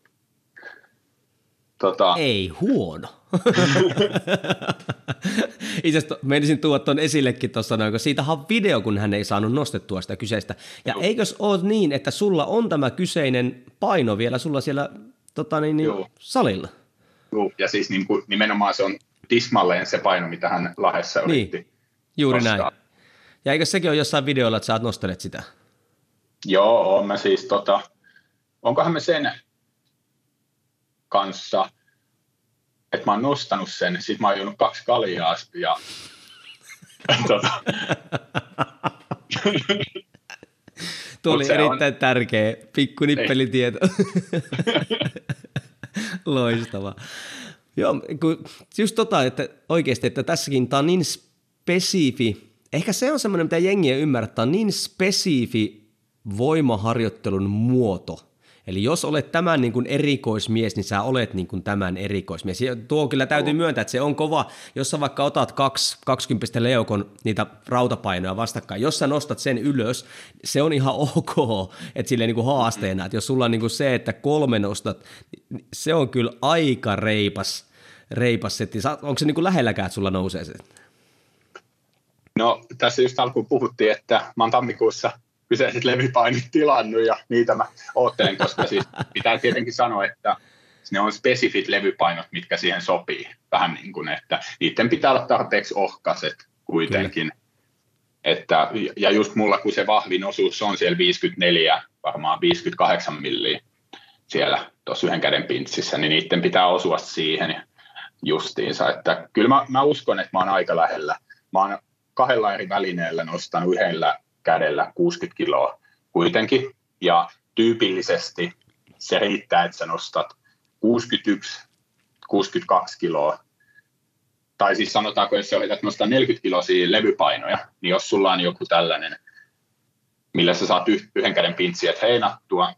ei huono. Itse asiassa menisin tuoda tuon esillekin tuossa, kun siitähän on video, kun hän ei saanut nostettua sitä kyseistä. Ja eikös ole niin, että sulla on tämä kyseinen paino vielä sulla siellä salilla? Joo, ja siis niin kuin, nimenomaan se on tismalleen se paino, mitä hän Lahdessa yritti. Niin, juuri nostaa. Näin. Ja eikö sekin ole jossain videolla, että sä oot nostelet sitä? Joo, on mä siis onkohan me sen kanssa, että mä oon nostanut sen, sit mä oon juonut 2 kaljaa ja Tuo oli erittäin tärkeä pikku nippelitieto. Loistavaa. Joo, just että oikeasti, että tässäkin tää on niin spesifi, ehkä se on semmoinen, mitä jengiä ymmärtää, niin spesifi voimaharjoittelun muoto. Eli jos olet tämän niin kuin erikoismies, niin sä olet niin kuin tämän erikoismies. Ja tuo kyllä täytyy myöntää, että se on kova, jos sä vaikka otat 20 leukon niitä rautapainoja vastakkain, jos sä nostat sen ylös, se on ihan ok, että silleen niin kuin haasteena, että jos sulla on niin kuin se, että 3 nostat, se on kyllä aika reipas setti. Onko se niin kuin lähelläkään, että sulla nousee se? No tässä just alkuun puhuttiin, että mä oon tammikuussa kyseiset levypainot tilannut ja niitä mä oottelen, koska siis pitää tietenkin sanoa, että ne on spesifit levypainot, mitkä siihen sopii. Vähän niin kuin, että niiden pitää olla tarpeeksi ohkaiset kuitenkin. Että, ja just mulla, kun se vahvin osuus on siellä 54, varmaan 58 milliä siellä tuossa yhden käden pintsissä, niin niiden pitää osua siihen justiinsa. Että kyllä mä uskon, että mä oon aika lähellä. Mä oon 2 eri välineellä nostanut yhdellä kädellä 60 kiloa kuitenkin, ja tyypillisesti se riittää, että sä nostat 61-62 kiloa, tai siis sanotaanko, jos sä yrität nostaa 40 kiloisia levypainoja, niin jos sulla on joku tällainen, millä sä saat yhden käden pintsiä treenattua,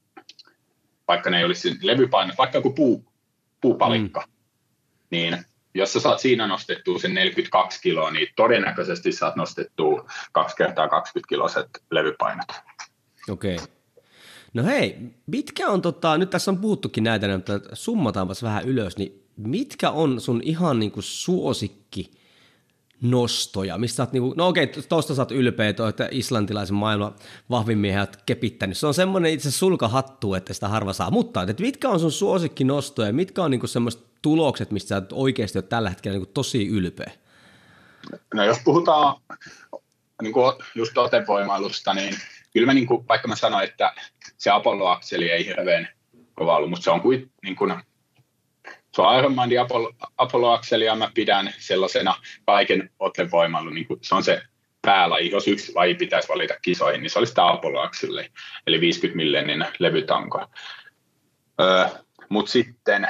vaikka ne ei olisi levypainot, vaikka joku puupalikka, niin jos sä saat siinä nostettua sen 42 kiloa, niin todennäköisesti saat nostettua 2 kertaa 20-kiloiset levypainot. Okei. No hei, mitkä on, nyt tässä on puhuttukin näitä, mutta summataanpas vähän ylös, niin mitkä on sun ihan niinku suosikki nostoja, mistä sä oot niinku, no okei, tosta sä oot ylpeä, että islantilaisen maailman vahvin miehen oot kepittänyt. Se on semmoinen itse sulkahattu, että sitä harva saa, mutta että mitkä on sun suosikki nostoja, mitkä on niinku semmoiset tulokset, mistä sä oikeasti oot tällä hetkellä niinku tosi ylpeä? No jos puhutaan niinku just otevoimailusta, niin kyllä mä niinku, vaikka mä sanoin, että se Apollo-akseli ei hirveän kova ollut, mutta se on kuin niinku, se on Ironmanin Apollo-akseli ja mä pidän sellaisena kaiken otevoimailun, niin se on se päälaji. Jos yksi laji pitäisi valita kisoihin, niin se olisi tämä Apollo-akseli, eli 50 millinen levytanko. Mutta sitten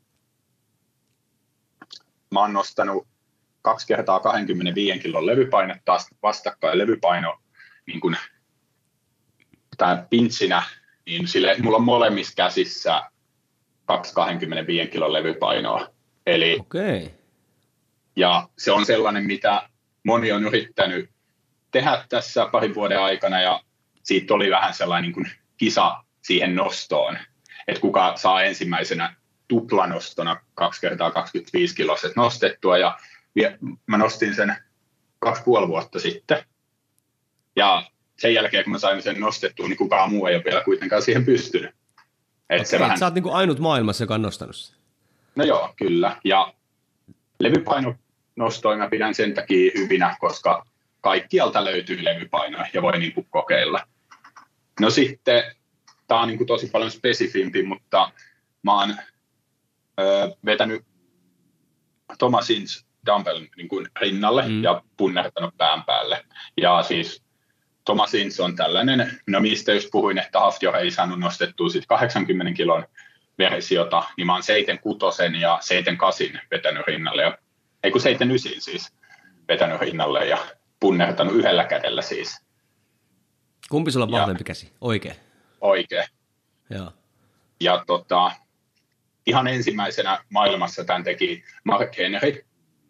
mä oon nostanut 2 kertaa 25 kilon levypaine taas vastakkain. Levypaino niin kun, tämän pinssinä, niin sille, mulla on molemmissa käsissä 25 kilon levypainoa. Eli, ja se on sellainen, mitä moni on yrittänyt tehdä tässä parin vuoden aikana, ja siitä oli vähän sellainen niin kuin kisa siihen nostoon, että kuka saa ensimmäisenä tuplanostona 2 kertaa 25 kiloiset nostettua, ja mä nostin sen 2,5 vuotta sitten, ja sen jälkeen, kun mä sain sen nostettua, niin kukaan muu ei ole vielä kuitenkaan siihen pystynyt. Sä oot niin kuin ainut maailmassa, joka on nostanut sen. No joo, kyllä. Ja levypainonostoja mä pidän sen takia hyvinä, koska kaikkialta löytyy levypainoja ja voi niin kuin kokeilla. No sitten, tää on niin kuin tosi paljon spesifimpi, mutta mä oon vetänyt Thomasins dumbbell niin kuin rinnalle ja punnertanut pään päälle. Ja siis Thomasins on tällainen, no mistä just puhuin, että Hafthor ei saanut nostettua sit 80 kilon versiota, niin mä oon 76 ja 78 vetänyt rinnalle, ei kun 79 siis vetänyt rinnalle ja punnertanut yhdellä kädellä siis. Kumpi sulla on vahvempi käsi? Oikein? Oikein. Joo. Ja ihan ensimmäisenä maailmassa tämän teki Mark Henry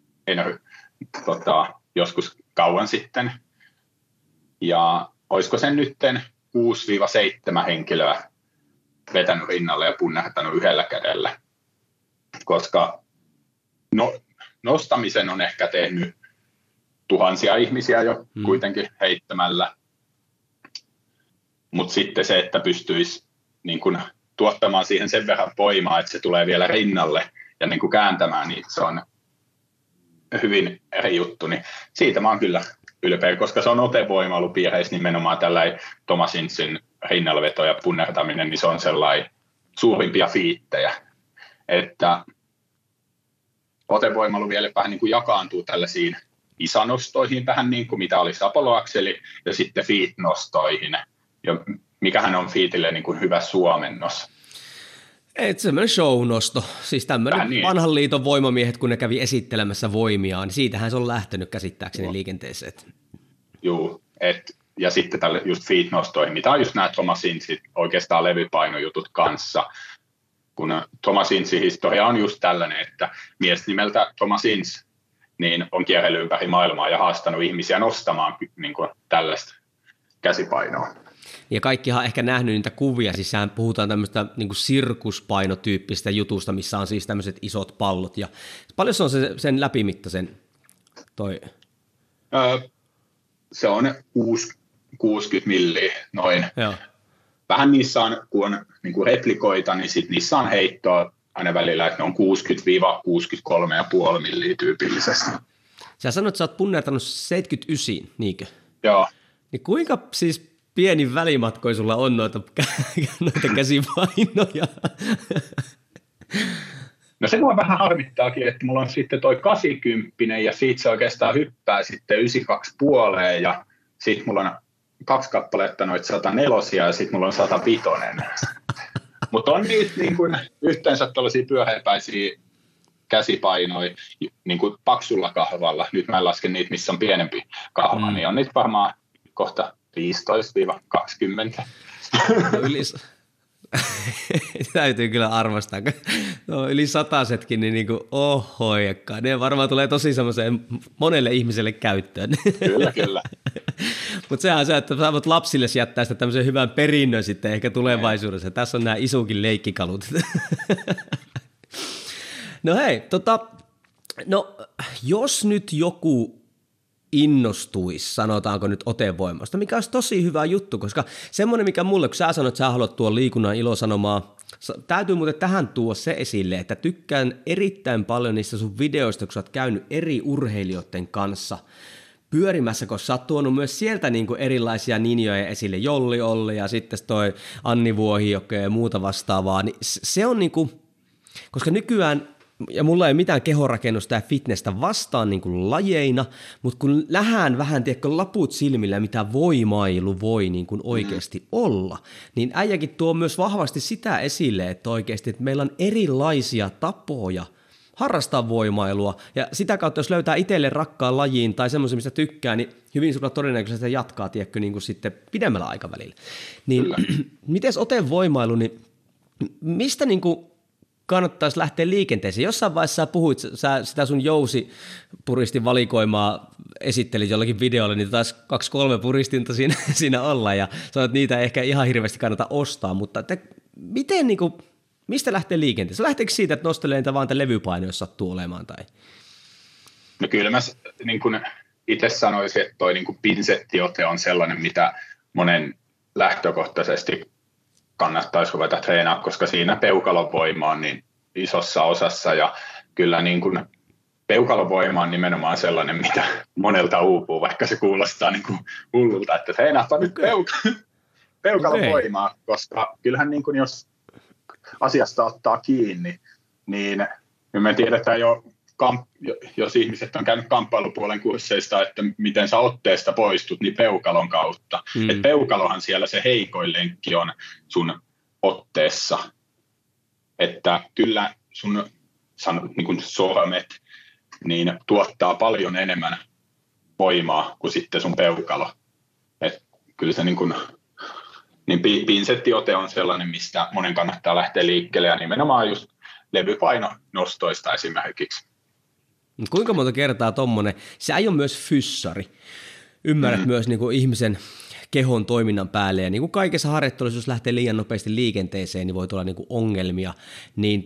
joskus kauan sitten. Ja olisiko sen nytten 6-7 henkilöä vetänyt rinnalle ja punnertanut yhdellä kädellä, koska nostamisen on ehkä tehnyt tuhansia ihmisiä jo kuitenkin heittämällä, mutta sitten se, että pystyisi niin kun tuottamaan siihen sen verran voimaa, että se tulee vielä rinnalle ja niin kun kääntämään, niin se on hyvin eri juttu, niin siitä mä oon kyllä ylpeä, koska se on otevoimailupiireissä nimenomaan tällainen Thomasinsin rinnalleveto ja punnertaminen, niin se on sellainen suurimpia fiittejä, että otevoimailu vielä vähän niin kuin jakaantuu tällaisiin isanostoihin, vähän niin kuin mitä olisi Apollo-akseli, ja sitten feet-nostoihin, ja mikähän on feetille niin kuin hyvä suomennos. Et semmoinen show-nosto, siis tämmöinen niin. Vanhan liiton voimamiehet, kun ne kävi esittelemässä voimiaan, niin siitähän se on lähtenyt käsittääkseni liikenteeseen. Joo, ja sitten tälle just feet-nostoihin, mitä on just nämä Thomasinsit oikeastaan levypainojutut kanssa, kun Thomasinsin historia on just tällainen, että mies nimeltä Thomasins niin on kierrellyt ympäri maailmaa ja haastanut ihmisiä nostamaan niin kuin tällaista käsipainoa. Ja kaikkihan on ehkä nähnyt niitä kuvia, siis sehän puhutaan tämmöistä niin kuin sirkuspainotyyppistä jutusta, missä on siis tämmöiset isot pallot. Ja paljon se on sen läpimittaisen toi? Se on 60 milliä noin. Joo. Vähän niissä on, kun on niin kuin replikoita, niin sit niissä on heittoa aina välillä, että ne on 60-63,5 milliä tyypillisesti. Sä sanoit, että sä oot punnertanut 79, niinkö? Joo. Niin kuinka siis pieni välimatkoi sulla on noita käsipainoja? No se mua vähän harmittaakin, että mulla on sitten toi 80 ja siitä se oikeastaan hyppää sitten 92,5 ja sitten mulla on 2 kappaletta noita 104 ja sitten mulla on 105. Mutta on niitä niin kuin yhteensä tällaisia pyöreäpäisiä käsipainoja niin kuin paksulla kahvalla. Nyt mä en laske niitä, missä on pienempi kahva, niin on niitä varmaan kohta 15-20. Täytyy kyllä arvostaa. No, yli 100-setkin, niin kuin ohoijakkaan. Ne varmaan tulee tosi semmoiseen monelle ihmiselle käyttöön. Kyllä. Mutta sehän on se, että sä voit lapsille jättää sitä tämmöisen hyvän perinnön sitten ehkä tulevaisuudessa. Tässä on nämä isukin leikkikalut. No hei, no jos nyt joku innostuisi, sanotaanko nyt otevoimasta, mikä olisi tosi hyvä juttu, koska semmoinen, mikä mulle, kun sä sanoit, että sä haluat tuon liikunnan ilosanomaa, täytyy muuten tähän tuoda se esille, että tykkään erittäin paljon niistä sun videoista, kun sä oot käynyt eri urheilijoiden kanssa pyörimässä, koska sä oot tuonut myös sieltä niin kuin erilaisia ninjoja esille, Jolli Olli ja sitten toi Anni Vuohijoki ja muuta vastaavaa, niin se on niin kuin, koska nykyään ja mulla ei mitään kehorakennusta ja fitnessä vastaan niin kuin lajeina, mutta kun nähdään vähän laput silmillä, mitä voimailu voi niin kuin oikeasti olla, niin äijäkin tuo myös vahvasti sitä esille, että oikeasti että meillä on erilaisia tapoja harrastaa voimailua, ja sitä kautta, jos löytää itselle rakkaan lajiin tai semmoisen, mistä tykkää, niin hyvin sulla todennäköisesti jatkaa, tiedätkö, niin kuin sitten pidemmällä aikavälillä. Niin mites otevoimailu, niin mistä niin kuin kannattaisi lähteä liikenteeseen? Jossain vaiheessa sä puhuit, sitä sun jousipuristin valikoimaa esittelit jollakin videolla, niin taisi 2-3 puristinta siinä olla, ja sanoit, että niitä ei ehkä ihan hirveästi kannata ostaa, mutta miten, niin kuin, mistä lähtee liikenteeseen? Lähteekö siitä, että nostelee niitä vaan levypaino, jos sattuu olemaan? Tai? No kyllä mä niin kuin itse sanoisin, että toi niin kuin pinsettiote on sellainen, mitä monen lähtökohtaisesti kannattaisi ruveta treenaa, koska siinä peukalon voima on niin isossa osassa, ja kyllä niin kuin peukalon voima on nimenomaan sellainen, mitä monelta uupuu, vaikka se kuulostaa niin kuin hullulta, että treenaapa nyt peukalon voimaa, koska kyllähän niin kuin jos asiasta ottaa kiinni, niin me tiedetään jo, jos ihmiset on käynyt kamppailupuolen kursseista, että miten sä otteesta poistut, niin peukalon kautta. Et peukalohan siellä se heikoin lenkki on sun otteessa. Että kyllä sun niin kuin sormet niin tuottaa paljon enemmän voimaa kuin sitten sun peukalo. Et kyllä se niin pinsettiote on sellainen, mistä monen kannattaa lähteä liikkeelle, ja nimenomaan just levypainonostoista esimerkiksi. Kuinka monta kertaa tommonen, se ei ole myös fyssari. Ymmärrät myös niin kuin ihmisen kehon toiminnan päälle, ja niin kuin kaikessa harjoittelussa, jos lähtee liian nopeasti liikenteeseen, niin voi tulla niin kuin ongelmia. Niin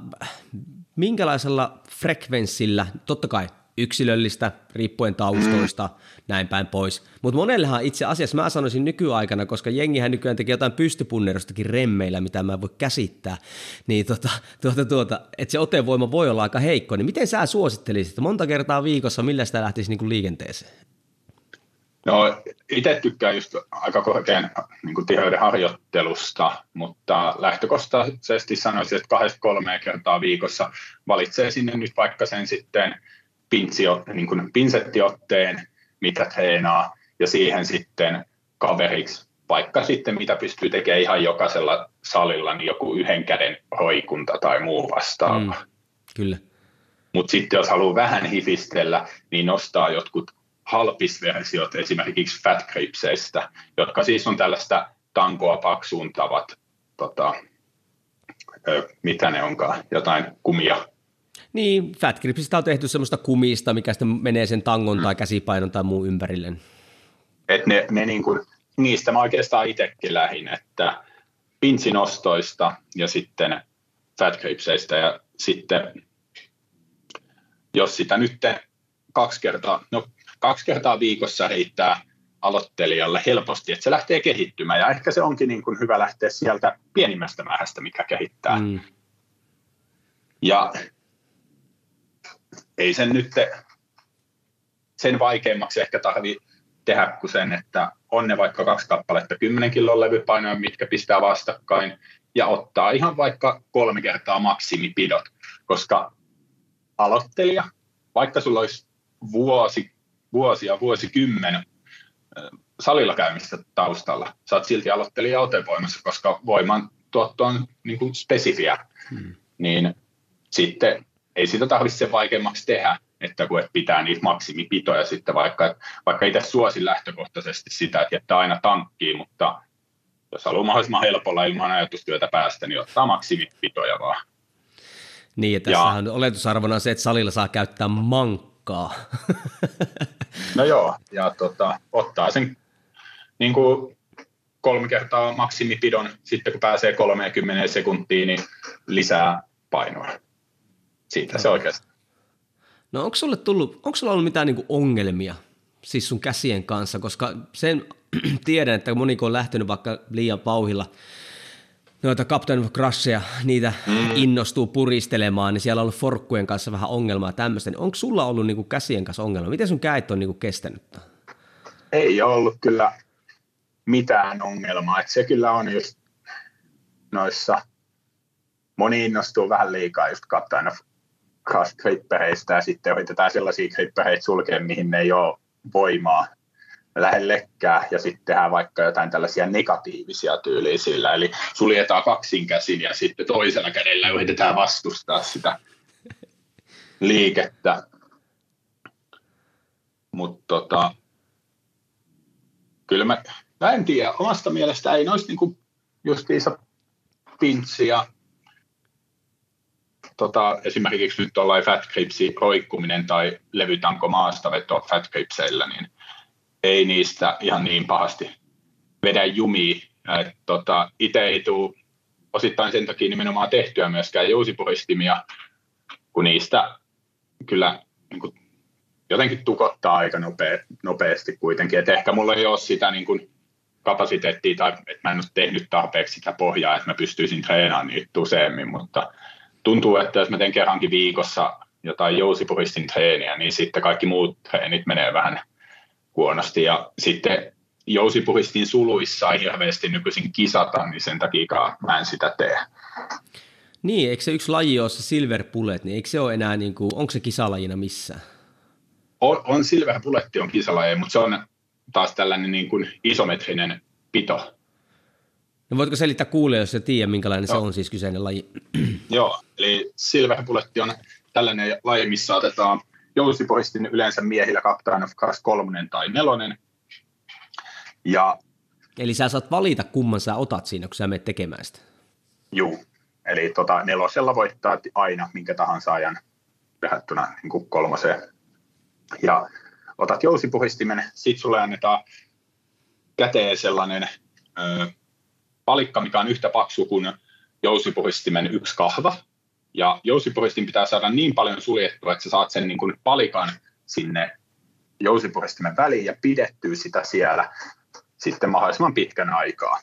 minkälaisella frekvenssillä, totta kai yksilöllistä, riippuen taustoista, näin päin pois. Mutta monellehan itse asiassa, mä sanoisin nykyaikana, koska jengihän nykyään tekee jotain pystypunnerustakin remmeillä, mitä mä en voi käsittää, niin että se otevoima voi olla aika heikko. Niin miten sä suosittelisit, että monta kertaa viikossa, millä sitä lähtisi niin kuin liikenteeseen? No itse tykkään just aika korkean niin tiheyden harjoittelusta, mutta lähtökohtaisesti sanoisin, että 2-3 kertaa viikossa valitsee sinne nyt vaikka sen sitten pinsettiotteen, mitä treenaa, ja siihen sitten kaveriksi, vaikka sitten mitä pystyy tekemään ihan jokaisella salilla, niin joku yhden käden roikunta tai muu vastaava. Kyllä. Mutta sitten jos haluaa vähän hifistellä, niin nostaa jotkut halpisversiot esimerkiksi Fat Gripseistä, jotka siis on tällaista tankoa paksuuntavat, mitä ne onkaan, jotain kumia. Niin, Fat Gripsistä on tehty semmoista kumista, mikä sitten menee sen tangon tai käsipainon tai muun ympärille. Et ne niin kuin, niistä mä oikeastaan itsekin lähdin, että pintsinostoista ja sitten Fat Gripseistä, ja sitten jos sitä nyt 2 kertaa viikossa riittää aloittelijalle helposti, että se lähtee kehittymään, ja ehkä se onkin niin kuin hyvä lähteä sieltä pienimmästä määrästä, mikä kehittää. Ja ei sen nyt sen vaikeammaksi ehkä tarvitse tehdä kuin sen, että on ne vaikka 2 kappaletta 10 kilon levypainoja, mitkä pistää vastakkain, ja ottaa ihan vaikka 3 kertaa maksimipidot, koska aloittelija, vaikka sulla olisi vuosikymmen salilla käymistä taustalla, sä oot silti aloittelija otevoimassa, koska voiman tuotto on niin kuin spesifiä, niin sitten ei sitä tarvitse sen vaikeammaksi tehdä, että kun et pitää niitä maksimipitoja sitten vaikka itse suosin lähtökohtaisesti sitä, että jättää aina tankkiin, mutta jos haluaa mahdollisimman helpolla ilman ajatustyötä päästä, niin ottaa maksimipitoja vaan. Niin, ja tässähän on oletusarvona se, että salilla saa käyttää mankkaa. No joo, ja ottaa sen niin kuin 3 kertaa maksimipidon, sitten kun pääsee 30 sekuntiin, niin lisää painoa. Siitä se oikeasti. No onko sulla ollut mitään niin kuin ongelmia siis sun käsien kanssa, koska sen tiedän, että moni on lähtenyt vaikka liian vauhilla noita Captain of Crushia, niitä innostuu puristelemaan, niin siellä on ollut forkkujen kanssa vähän ongelmaa tämmöistä. Onko sulla ollut niin kuin käsien kanssa ongelmaa? Miten sun käet on niin kuin kestänyt? Ei ollut kyllä mitään ongelmaa. Että se kyllä on just noissa, moni innostuu vähän liikaa just Captain of Crush grippereistä ja sitten yritetään sellaisia grippereitä sulkea, mihin ei ole voimaa lähellekään ja sitten tehdään vaikka jotain tällaisia negatiivisia tyyliä sillä, eli suljetaan kaksin käsin ja sitten toisella kädellä yritetään vastustaa sitä liikettä. Mutta kyllä mä en tiedä, omasta mielestä ei noista niinku justiinsa pintsiä, esimerkiksi nyt tuollainen fat gripsi roikkuminen tai levytanko maastaveto fat gripseillä, niin ei niistä ihan niin pahasti vedä jumiin. Itse ei tule osittain sen takia nimenomaan tehtyä myöskään jousipuristimia, kun niistä kyllä niin kuin, jotenkin tukottaa aika nopeasti kuitenkin. Et ehkä mulla ei ole sitä niin kuin, kapasiteettia tai että mä en ole tehnyt tarpeeksi sitä pohjaa, että mä pystyisin treenaamaan niitä useammin, mutta tuntuu, että jos mä teen kerrankin viikossa jotain jousipuristin treeniä, niin sitten kaikki muut treenit menee vähän huonosti. Ja sitten jousipuristin suluissa ei hirveästi nykyisin kisata, niin sen takia mä en sitä tee. Niin, eikö se yksi laji ole se silver bullet, niin eikö se ole enää, niin kuin, onko se kisalajina missään? On silver bulletti on kisalaji, mutta se on taas tällainen niin kuin isometrinen pito. No voitko selittää kuulijoille, jos sä tiedät, minkälainen se on siis kyseinen laji? Joo, eli silver bulletti on tällainen laji, missä otetaan jousipuristin yleensä miehillä Captain of Crush 3 tai 4. Ja, eli sä saat valita, kumman sä otat siinä, kun sä menet tekemään sitä. Juu, eli 4 voittaa aina minkä tahansa ajan verrattuna niin kuin 3. Ja otat jousipuhistimen, sit sulle annetaan käteen sellainen palikka, mikä on yhtä paksu kuin jousipuhistimen 1 kahva. Ja jousipuhistin pitää saada niin paljon suljettua, että sä saat sen niin kuin palikan sinne jousipuhistimen väliin ja pidettyä sitä siellä sitten mahdollisimman pitkän aikaa.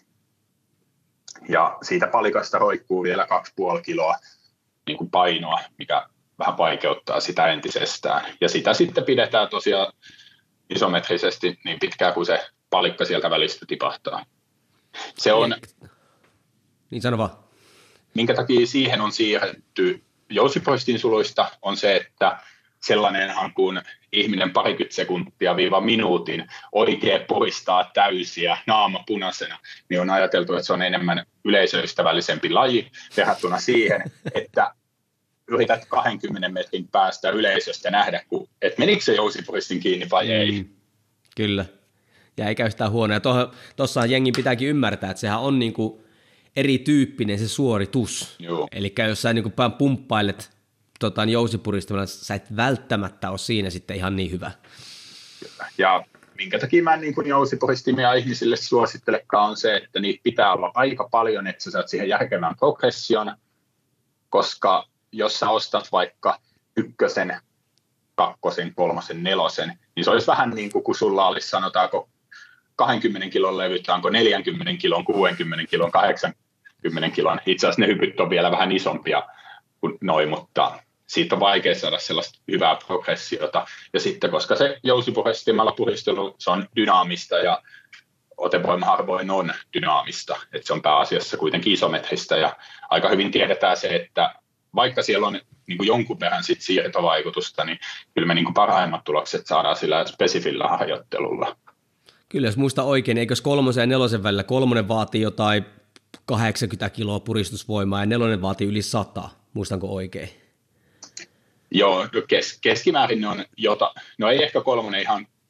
Ja siitä palikasta roikkuu vielä 2,5 kiloa niin kuin painoa, mikä vähän vaikeuttaa sitä entisestään. Ja sitä sitten pidetään tosiaan isometrisesti niin pitkään kuin se palikka sieltä välistä tipahtaa. Se on, niin sano vaan. Minkä takia siihen on siirretty jousipuhistin suluista, on se, että sellainenhan kun ihminen 20 sekuntia minuutin oikein puristaa täysiä naama punaisena, niin on ajateltu, että se on enemmän yleisöystävällisempi laji verrattuna siihen, että yrität 20 metrin päästä yleisöstä nähdä, että menikö se jousipuristin kiinni vai ei. Kyllä, ja ei käy sitä huonoa. Tuossahan jengin pitääkin ymmärtää, että sehän on niinku erityyppinen se suoritus. Eli jos sä niinku pumppailet jousipuristamalla, sä et välttämättä ole siinä sitten ihan niin hyvä. Kyllä. Ja minkä takia mä en niin kuin jousipuristimia ihmisille suosittelekaan on se, että niitä pitää olla aika paljon, että sä saat siihen järkevän progression, koska jos sä ostat vaikka 1, 2, 3, 4, niin se olisi vähän niin kuin kun sulla olisi sanotaanko 20 kilon levyt, onko 40 kilon, 60 kilon, 80 kilon. Itse asiassa ne hypyt on vielä vähän isompia kuin noin, mutta siitä on vaikea saada sellaista hyvää progressiota. Ja sitten, koska se jousipuristimalla puristelu, se on dynaamista ja otevoima harvoin on dynaamista, että se on pääasiassa kuitenkin isometristä ja aika hyvin tiedetään se, että vaikka siellä on niin kuin jonkun verran sit siirtovaikutusta, niin kyllä me niin kuin parhaimmat tulokset saadaan sillä spesifillä harjoittelulla. Kyllä, jos muista oikein, eikös 3 ja 4 välillä 3 vaatii jotain 80 kiloa puristusvoimaa ja 4 vaatii yli 100, muistanko oikein? Joo, keskimäärin ne on no ei ehkä 3 ihan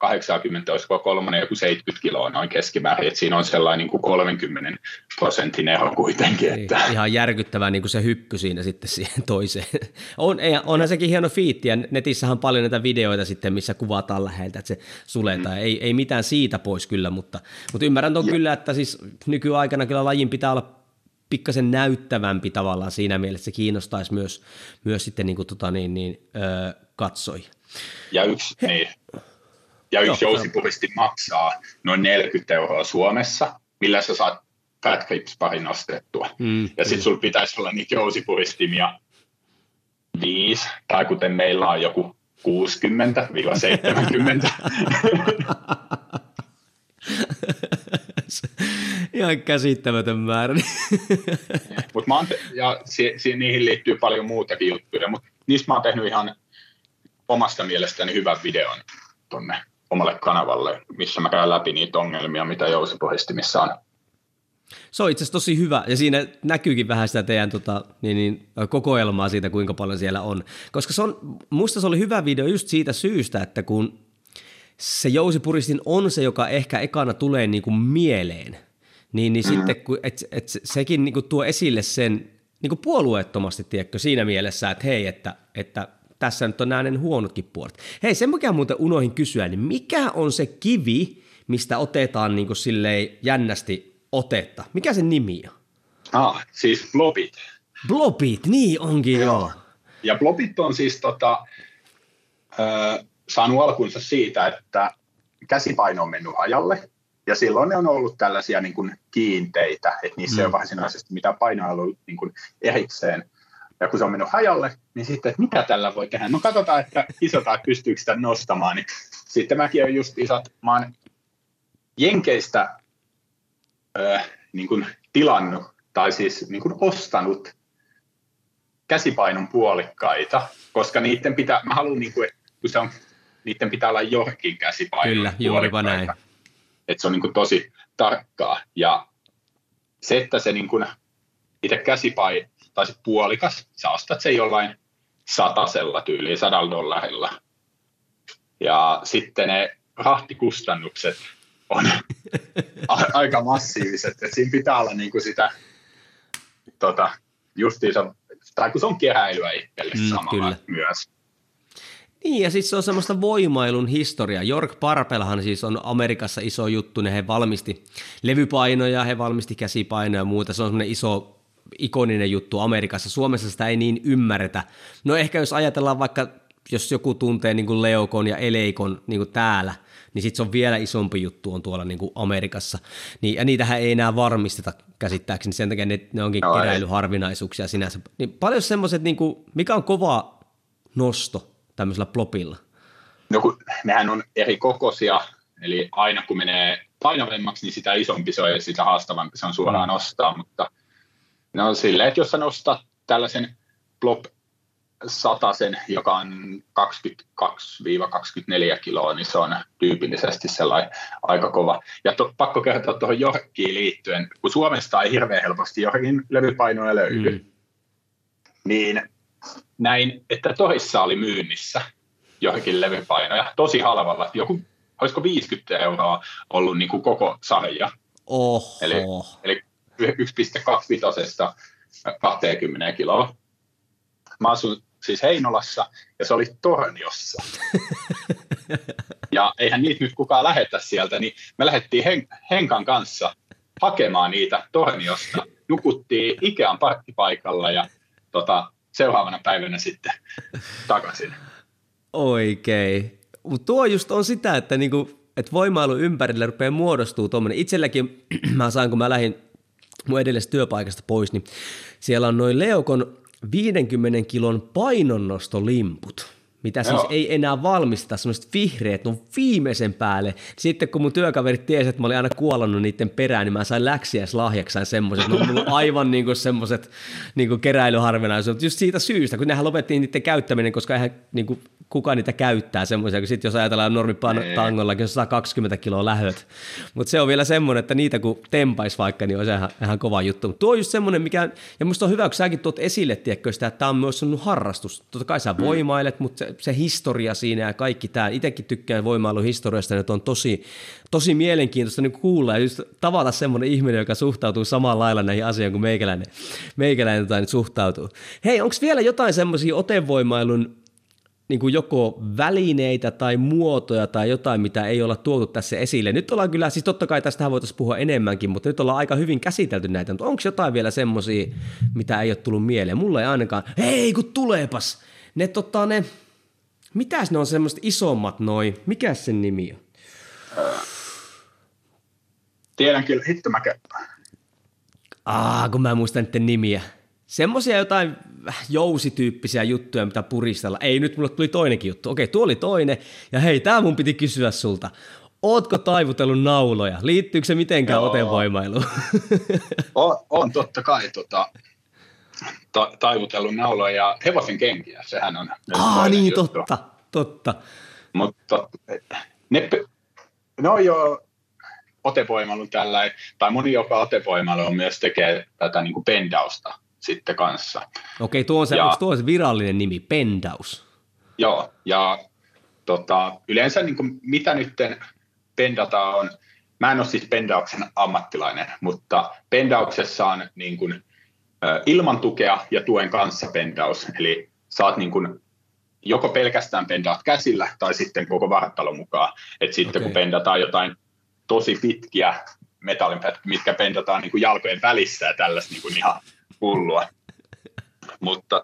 80, olisiko kolmonen joku 70 kiloa noin keskimäärin, että siinä on sellainen niin kuin 30% ero kuitenkin. Että. Ihan järkyttävää niin kuin se hyppy siinä sitten siihen toiseen. Onhan sekin hieno fiitti, ja netissähän on paljon näitä videoita sitten, missä kuvataan läheltä, että se suletaan. Ei mitään siitä pois kyllä, mutta ymmärrän ton kyllä, että siis nykyaikana kyllä lajin pitää olla pikkasen näyttävämpi tavallaan siinä mielessä, se kiinnostaisi myös sitten niin kuin katsojia. Ja yksi jousipuristin maksaa noin 40 € Suomessa, millä sä saat Fat Grips-parin nostettua. Ja sitten sulla pitäisi olla niitä jousipuristimia 5, tai kuten meillä on joku 60-70. Ihan käsittämätön määrä. Ja niihin liittyy paljon muutakin juttuja, mutta niistä mä oon tehnyt ihan omasta mielestäni hyvän videon tuonne omalle kanavalle, missä mä käyn läpi niitä ongelmia, mitä jousipuristimissa on. Se on itse asiassa tosi hyvä, ja siinä näkyykin vähän sitä teidän kokoelmaa siitä, kuinka paljon siellä on. Koska musta se oli hyvä video just siitä syystä, että kun se jousipuristin on se, joka ehkä ekana tulee niin kuin mieleen, niin sitten et sekin niin kuin tuo esille sen niin kuin puolueettomasti, tiedätkö, siinä mielessä, että hei, että tässä nyt on nämä ne huonotkin puolet. Hei, sen mikä muuten unohin kysyä, niin mikä on se kivi, mistä otetaan niin kuin silleen jännästi otetta? Mikä sen nimi on? Siis blobit. Blobit, niin onkin joo. Ja blobit on siis saanut alkunsa siitä, että käsipaino on mennyt hajalle, ja silloin ne on ollut tällaisia niin kuin kiinteitä, että niissä ei ole varsinaisesti mitään painoa ollut niin kuin erikseen. Ja kun se on mennyt hajalle, niin sitten, että mitä tällä voi tehdä? No katsotaan, että kisataan, pystyykö sitä nostamaan. Niin sitten mäkin olen just mä oon Jenkeistä niin kuin tilannut, tai siis niin kuin ostanut käsipainon puolikkaita, koska mä haluan, niin kuin, kun niiden pitää olla johonkin käsipainon kyllä, juuripa näin. Että se on niin kuin tosi tarkkaa. Ja se, että se niin kuin itse käsipaino, tai se puolikas, sä ostat sen jollain 100 tyyliin, $100. Ja sitten ne rahtikustannukset on aika massiiviset, että siinä pitää olla niinku sitä justiinsa, tai kun se on keräilyä itselle samalla myös. Niin, ja siis se on semmoista voimailun historiaa. Jörg Parpelhan siis on Amerikassa iso juttu, he valmisti levypainoja, he valmisti käsipainoja ja muuta, se on semmoinen iso ikoninen juttu Amerikassa. Suomessa sitä ei niin ymmärretä. No ehkä jos ajatellaan vaikka, jos joku tuntee niin kuin Leokon ja Eleikon niin kuin täällä, niin sitten se on vielä isompi juttu on tuolla niin kuin Amerikassa. Niin, ja niitähän ei enää varmisteta käsittääkseni, sen takia ne onkin keräilyharvinaisuuksia sinänsä. Niin paljon semmoiset, niin kuin, mikä on kova nosto tämmöisellä plopilla? No kun nehän on eri kokoisia, eli aina kun menee painavemmaksi, niin sitä isompi se on ja sitä haastavampi se on suoraan nostaa, mutta no silleen, että jos sä nostat tällaisen Blob 100, joka on 22-24 kiloa, niin se on tyypillisesti sellainen aika kova. Ja pakko kertoa tuohon Jorkkiin liittyen, kun Suomesta ei hirveän helposti Jorkin levypainoja löydy, niin näin, että toissa oli myynnissä Jorkin levypainoja tosi halvalla. Joku, olisiko 50 € ollut niin kuin koko sarja. Eli 1,25 20 kiloa. Mä asun siis Heinolassa ja se oli Torniossa. Ja eihän niitä nyt kukaan lähetä sieltä, niin me lähdettiin Henkan kanssa hakemaan niitä Torniosta. Nukuttiin Ikean parkkipaikalla ja seuraavana päivänä sitten takaisin. Oikein. Mutta tuo just on sitä, että niinku, et voimailu ympärille rupeaa muodostuu tuommoinen. Itselläkin mä sain, kun mä lähdin mun edellisestä työpaikasta pois, niin siellä on noin Leokon 50 kilon painonnostolimput, mitä siis ei enää valmisteta, semmoiset vihreät, no viimeisen päälle. Sitten kun mun työkaverit tiesi, että mä olin aina kuolannut niiden perään, niin mä sain läksiäislahjaksaan semmoiset, no mulla aivan niinku semmoiset niinku keräilyharvinaisuudet, just siitä syystä, kun nehän lopettiin niiden käyttäminen, koska eihän niinku kuka niitä käyttää semmoisia, kun sitten jos ajatellaan normitangollakin, on 120 kiloa lähöt. Mutta se on vielä semmoinen, että niitä kun tempaisi vaikka, niin olisi ihan kova juttu. Mutta tuo on just semmoinen, mikä, ja musta on hyvä, kun säkin tuot esille, tiedätkö sitä, että tämä on myös sun harrastus. Totta kai sä voimailet, mutta se historia siinä ja kaikki tämä. Itsekin tykkään voimailun historiasta, että on tosi mielenkiintoista niin kuulla ja just tavata semmoinen ihminen, joka suhtautuu samalla lailla näihin asioihin kuin meikäläinen nyt suhtautuu. Hei, onko vielä jotain semmoisia otevoimailun niin kuin joko välineitä tai muotoja tai jotain, mitä ei olla tuotu tässä esille? Nyt ollaan kyllä, siis totta kai tästähän voitaisiin puhua enemmänkin, mutta nyt ollaan aika hyvin käsitelty näitä, mutta onko jotain vielä semmoisia, mitä ei ole tullut mieleen? Mulla ei ainakaan, hei kun tuleepas, mitäs ne on semmoiset isommat noi, mikäs sen nimi on? Tiedän kyllä, hittomäkä. Kun mä en muista niiden nimiä. Semmoisia jotain jousityyppisiä juttuja, mitä puristella. Ei, nyt mulle tuli toinenkin juttu. Okei, tuo oli toinen. Ja hei, tää mun piti kysyä sulta. Ootko taivutellut nauloja? Liittyykö se mitenkään otevoimailuun? On totta kai taivutellut nauloja ja hevosen kenkiä. Sehän on. Niin, totta. Mutta ne on jo otevoimailun tällä, tai moni joka otevoimailu on myös tekee tätä niin kuin pendausta sitten kanssa. Okei, tuo on se virallinen nimi, pendaus. Joo, ja yleensä niin kuin, mitä nyt pendataan on, mä en ole siis pendauksen ammattilainen, mutta pendauksessa on niin kuin, ilman tukea ja tuen kanssa pendaus, eli saat niin kuin, joko pelkästään pendaat käsillä tai sitten koko vartalon mukaan, että sitten kun pendataan jotain tosi pitkiä metallinpätkiä, mitkä pendataan niin kuin jalkojen välissä ja tällaista niin kuin ihan hullua. Mutta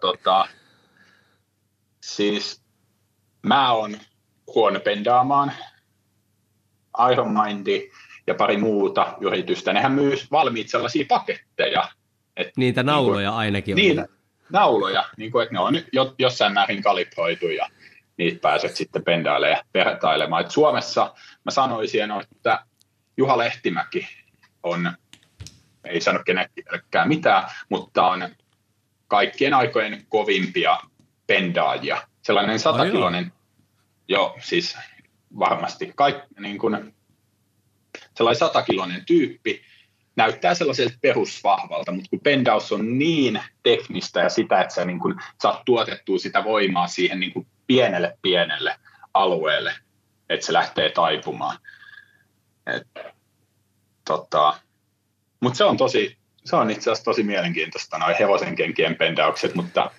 siis mä oon huono pendaamaan, Ironmindi ja pari muuta yritystä. Nehän myy valmiit sellaisia paketteja. Niitä nauloja niin kuin, ainakin. Niin, nauloja, niin kuin, että ne on jossain määrin kalibroitu ja niitä pääset sitten pendailemaan ja vertailemaan. Et Suomessa mä sanoisin, että Juha Lehtimäki on, ei sano kenellekään mitään, mutta on kaikkien aikojen kovimpia pendaajia. Sellainen 100-kiloinen, siis varmasti, niin kuin, sellainen 100-kiloinen tyyppi näyttää sellaiselta perusvahvalta, mutta kun pendaus on niin teknistä ja sitä, että sä niin kuin, saat tuotettua sitä voimaa siihen niin kuin pienelle alueelle, että se lähtee taipumaan. Mutta se on itse asiassa tosi mielenkiintoista nuo hevosenkenkien pendaukset, mutta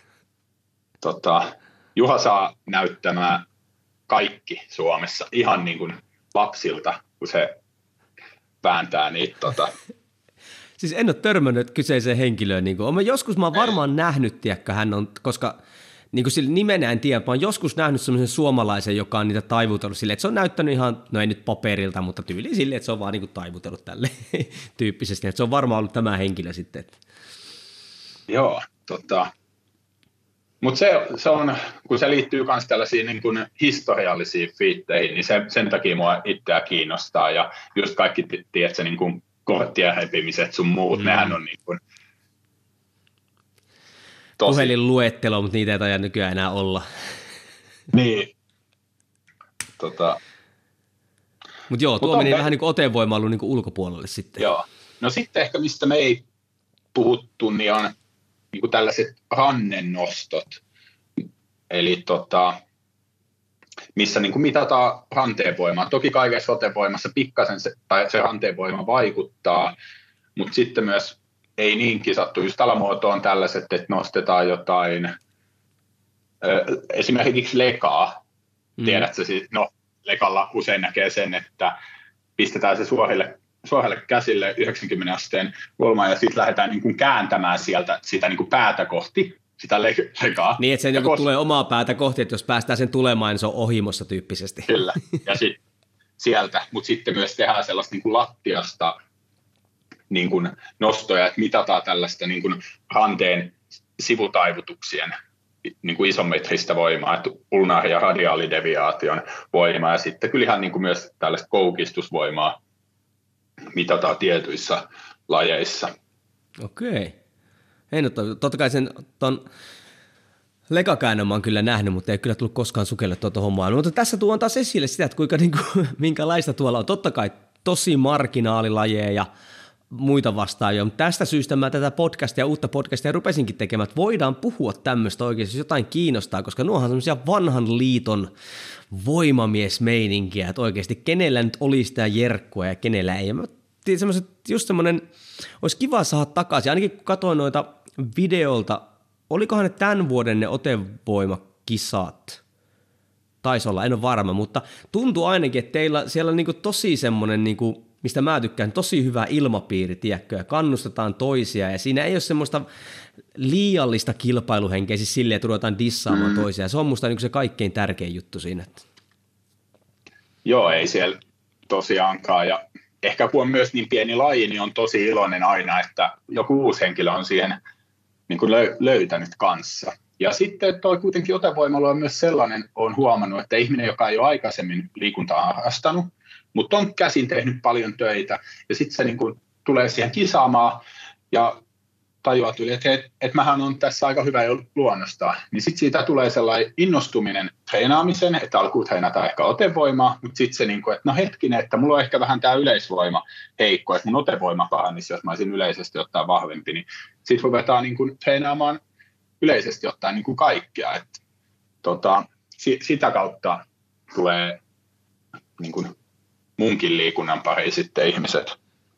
Juha saa näyttämään kaikki Suomessa ihan niin kuin lapsilta, kun se vääntää niitä. Siis en ole törmännyt kyseiseen henkilöön. Niin joskus mä oon varmaan nähnyt, tiedäkö, hän on, koska niin kuin sillä nimenä en tiedä, mä oon joskus nähnyt semmoisen suomalaisen, joka on niitä taivutellut silleen, että se on näyttänyt ihan, no ei nyt paperilta, mutta tyyliin silleen, että se on vaan niin kuin taivutellut tälle tyyppisesti, että se on varmaan ollut tämä henkilö sitten. Että. Joo, mutta se on, kun se liittyy myös tällaisiin niin kuin historiallisiin fiitteihin, niin sen takia mua itseä kiinnostaa, ja just kaikki, tiedätkö, niin kuin korttien repimiset sun muut, nehän on niin kuin puhelinluettelo, mutta niitä ei taida nykyään enää olla. Niin. Mutta joo, tuo meni vähän niin kuin otevoimailun niin kuin ulkopuolelle sitten. Joo. No sitten ehkä mistä me ei puhuttu, niin on niin kuin tällaiset rannennostot. Eli missä niin kuin mitataan ranteenvoimaa. Toki kaikessa otevoimassa pikkasen se ranteenvoima vaikuttaa, mutta sitten myös ei niin kisattu. Just alamuoto on tällaiset, että nostetaan jotain, esimerkiksi lekaa. Tiedätkö, lekalla usein näkee sen, että pistetään se suorille käsille 90 asteen kulmaan ja sitten lähdetään niin kuin kääntämään sieltä sitä niin kuin päätä kohti sitä lekaa. Niin, että se niin tulee omaa päätä kohti, että jos päästään sen tulemaan, niin se on ohimossa tyyppisesti. Kyllä, ja sitten sieltä, mutta sitten myös tehdään sellaista niin kuin lattiasta niin kuin nostoja, että mitataan tällaista niin kuin ranteen sivutaivutuksien niin kuin isometristä voimaa, että ulnaari- ja radiaalideviaation voimaa, ja sitten kyllähän niin kuin myös tällaista koukistusvoimaa mitataan tietyissä lajeissa. Okei. Ei, no, totta kai sen lekakäännön mä oon kyllä nähnyt, mutta ei kyllä tullut koskaan sukelle tuota hommaa. Mutta tässä tuon taas esille sitä, että kuinka, niin kuin, minkälaista tuolla on. Totta kai tosi marginaalilajeja, muita vastaajia, mutta tästä syystä mä tätä podcastia, uutta podcastia rupesinkin tekemään, että voidaan puhua tämmöistä oikeasti, jos jotain kiinnostaa, koska nuohan semmoisia vanhan liiton voimamiesmeininkiä, että oikeasti kenellä nyt olisi sitä jerkkua ja kenellä ei. Ja mä semmoiset, just semmoinen, olisi kiva saada takaisin, ainakin kun katsoin noita videolta, olikohan ne tämän vuoden ne otevoimakisat? Taisi olla, en ole varma, mutta tuntuu ainakin, että teillä siellä on niinku tosi semmoinen, niinku, mistä mä tykkään, tosi hyvä ilmapiiri, tiedätkö, ja kannustetaan toisia, ja siinä ei ole semmoista liiallista kilpailuhenkeä, siis silleen, että ruvetaan dissaamaan toisia, se on musta niinku se kaikkein tärkein juttu siinä. Joo, ei siellä tosiaankaan, ja ehkä kun on myös niin pieni laji, niin on tosi iloinen aina, että joku uusi henkilö on siihen niin kuin löytänyt kanssa. Ja sitten toi kuitenkin otevoimailu on myös sellainen, olen huomannut, että ihminen, joka ei ole aikaisemmin liikuntaa harrastanut, mutta on käsin tehnyt paljon töitä, ja sitten se niin kuin tulee siihen kisaamaan, ja tajuaa tuli, että mähän on tässä aika hyvä jo luonnostaan, niin sitten siitä tulee sellainen innostuminen treenaamisen, että alkuun treenata ehkä otevoimaa, mutta sitten se, niin kuin, että no hetkinen, että mulla on ehkä vähän tämä yleisvoima heikko, että mun otevoima paranisi, jos mä olisin yleisesti ottaa vahvempi, niin sitten ruvetaan niin kuin treenaamaan yleisesti ottaen niin kuin kaikkea, että sitä kautta tulee niin kuin munkin liikunnan pari sitten ihmiset.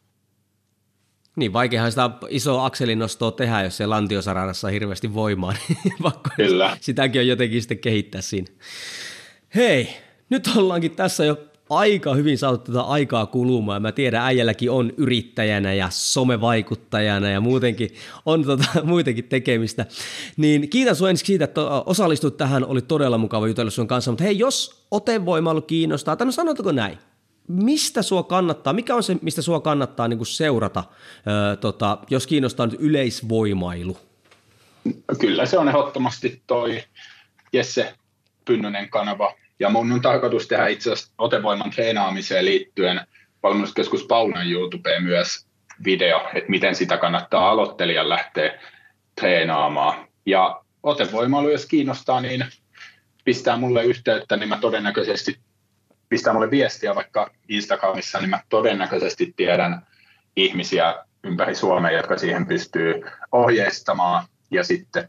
Niin, vaikeahan sitä isoa akselinostoa tehdä, jos se lantiosaradassa on hirveästi voimaa, niin pakko sitäkin on jotenkin sitten kehittää siinä. Hei, nyt ollaankin tässä jo aika hyvin saatu tätä aikaa kulumaan. Mä tiedän, äijälläkin on yrittäjänä ja somevaikuttajana ja muutenkin on muitakin tekemistä. Niin kiitän sinua ensin siitä, että osallistuit tähän, oli todella mukava jutella sun kanssa. Mutta hei, jos otevoimailu kiinnostaa, tai no sanotako näin, mistä sua kannattaa, mikä on se, mistä sua kannattaa niin kuin seurata, jos kiinnostaa nyt yleisvoimailu? Kyllä se on ehdottomasti toi Jesse Pynnönen kanava. Ja mun on tarkoitus tehdä itse asiassa otevoiman treenaamiseen liittyen valmennuskeskus Paunan YouTubeen myös video, että miten sitä kannattaa aloittelijan lähteä treenaamaan. Ja otevoimailu, jos kiinnostaa, niin pistää mulle yhteyttä, niin mä todennäköisesti pistää mulle viestiä vaikka Instagramissa, niin mä todennäköisesti tiedän ihmisiä ympäri Suomea, jotka siihen pystyy ohjeistamaan. Ja sitten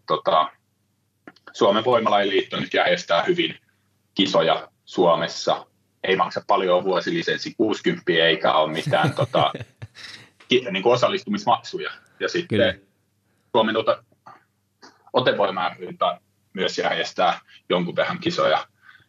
Suomen Voimalajiliitto nyt järjestää hyvin kisoja Suomessa. Ei maksa paljon vuosilisenssi 60, eikä ole mitään niin kuin osallistumismaksuja. Ja sitten kyllä. Suomen otevoima-ryhmä myös järjestää jonkun vähän kisoja.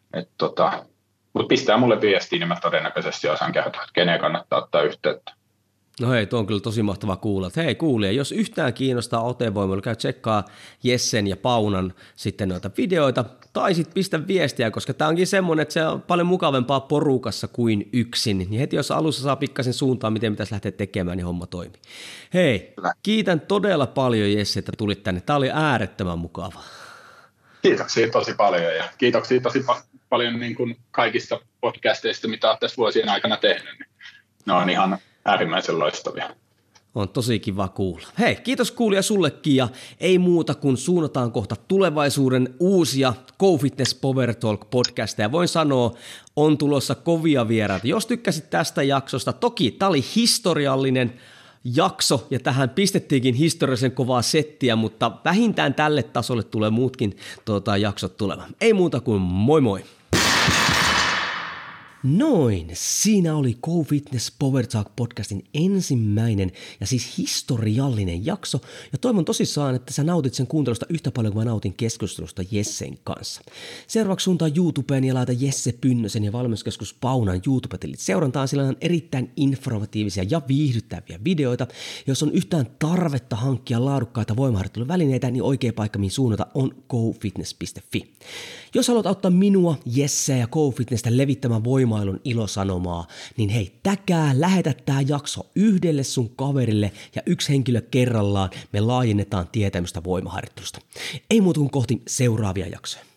Mutta pistää mulle viestiä, niin mä todennäköisesti osaan kertoa, että keneen kannattaa ottaa yhteyttä. No hei, tuo on kyllä tosi mahtavaa kuulla. Hei kuulija, jos yhtään kiinnostaa otevoimailu, käy tsekkaa Jessen ja Paunan sitten noita videoita, tai sitten pistä viestiä, koska tämä onkin semmoinen, että se on paljon mukavampaa porukassa kuin yksin. Niin heti jos alussa saa pikkasen suuntaan, miten pitäisi lähteä tekemään, niin homma toimii. Hei, kiitän todella paljon Jesse, että tulit tänne. Tämä oli äärettömän mukava. Kiitoksia tosi paljon ja kiitoksia tosi paljon niin kuin kaikista podcasteista, mitä olet tässä vuosien aikana tehnyt. Ne on ihan äärimmäisen loistavia. On tosi kiva kuulla. Hei, kiitos kuulija sullekin ja ei muuta kuin suunnataan kohta tulevaisuuden uusia GoFitness Power Talk podcasteja. Voin sanoa, on tulossa kovia vieraita. Jos tykkäsit tästä jaksosta, toki tämä oli historiallinen jakso ja tähän pistettiinkin historiallisen kovaa settiä, mutta vähintään tälle tasolle tulee muutkin jaksot tulemaan. Ei muuta kuin moi moi! Noin, siinä oli GoFitness Power Talk podcastin ensimmäinen ja siis historiallinen jakso ja toivon tosissaan, että sä nautit sen kuuntelusta yhtä paljon kuin mä nautin keskustelusta Jessen kanssa. Seuraavaksi suuntaan YouTubeen ja laita Jesse Pynnösen ja valmennuskeskus Paunan YouTube-tilit seurantaan, sillä on erittäin informatiivisia ja viihdyttäviä videoita. Jos on yhtään tarvetta hankkia laadukkaita voimaharjoitteluvälineitä, niin oikea paikka mihin suunnata on gofitness.fi. Jos haluat auttaa minua, Jesseä ja GoFitnessä levittämään voimailun ilosanomaa, niin hei, lähetä tää jakso yhdelle sun kaverille ja yksi henkilö kerrallaan. Me laajennetaan tietämystä voimaharjoittelusta. Ei muuta kuin kohti seuraavia jaksoja.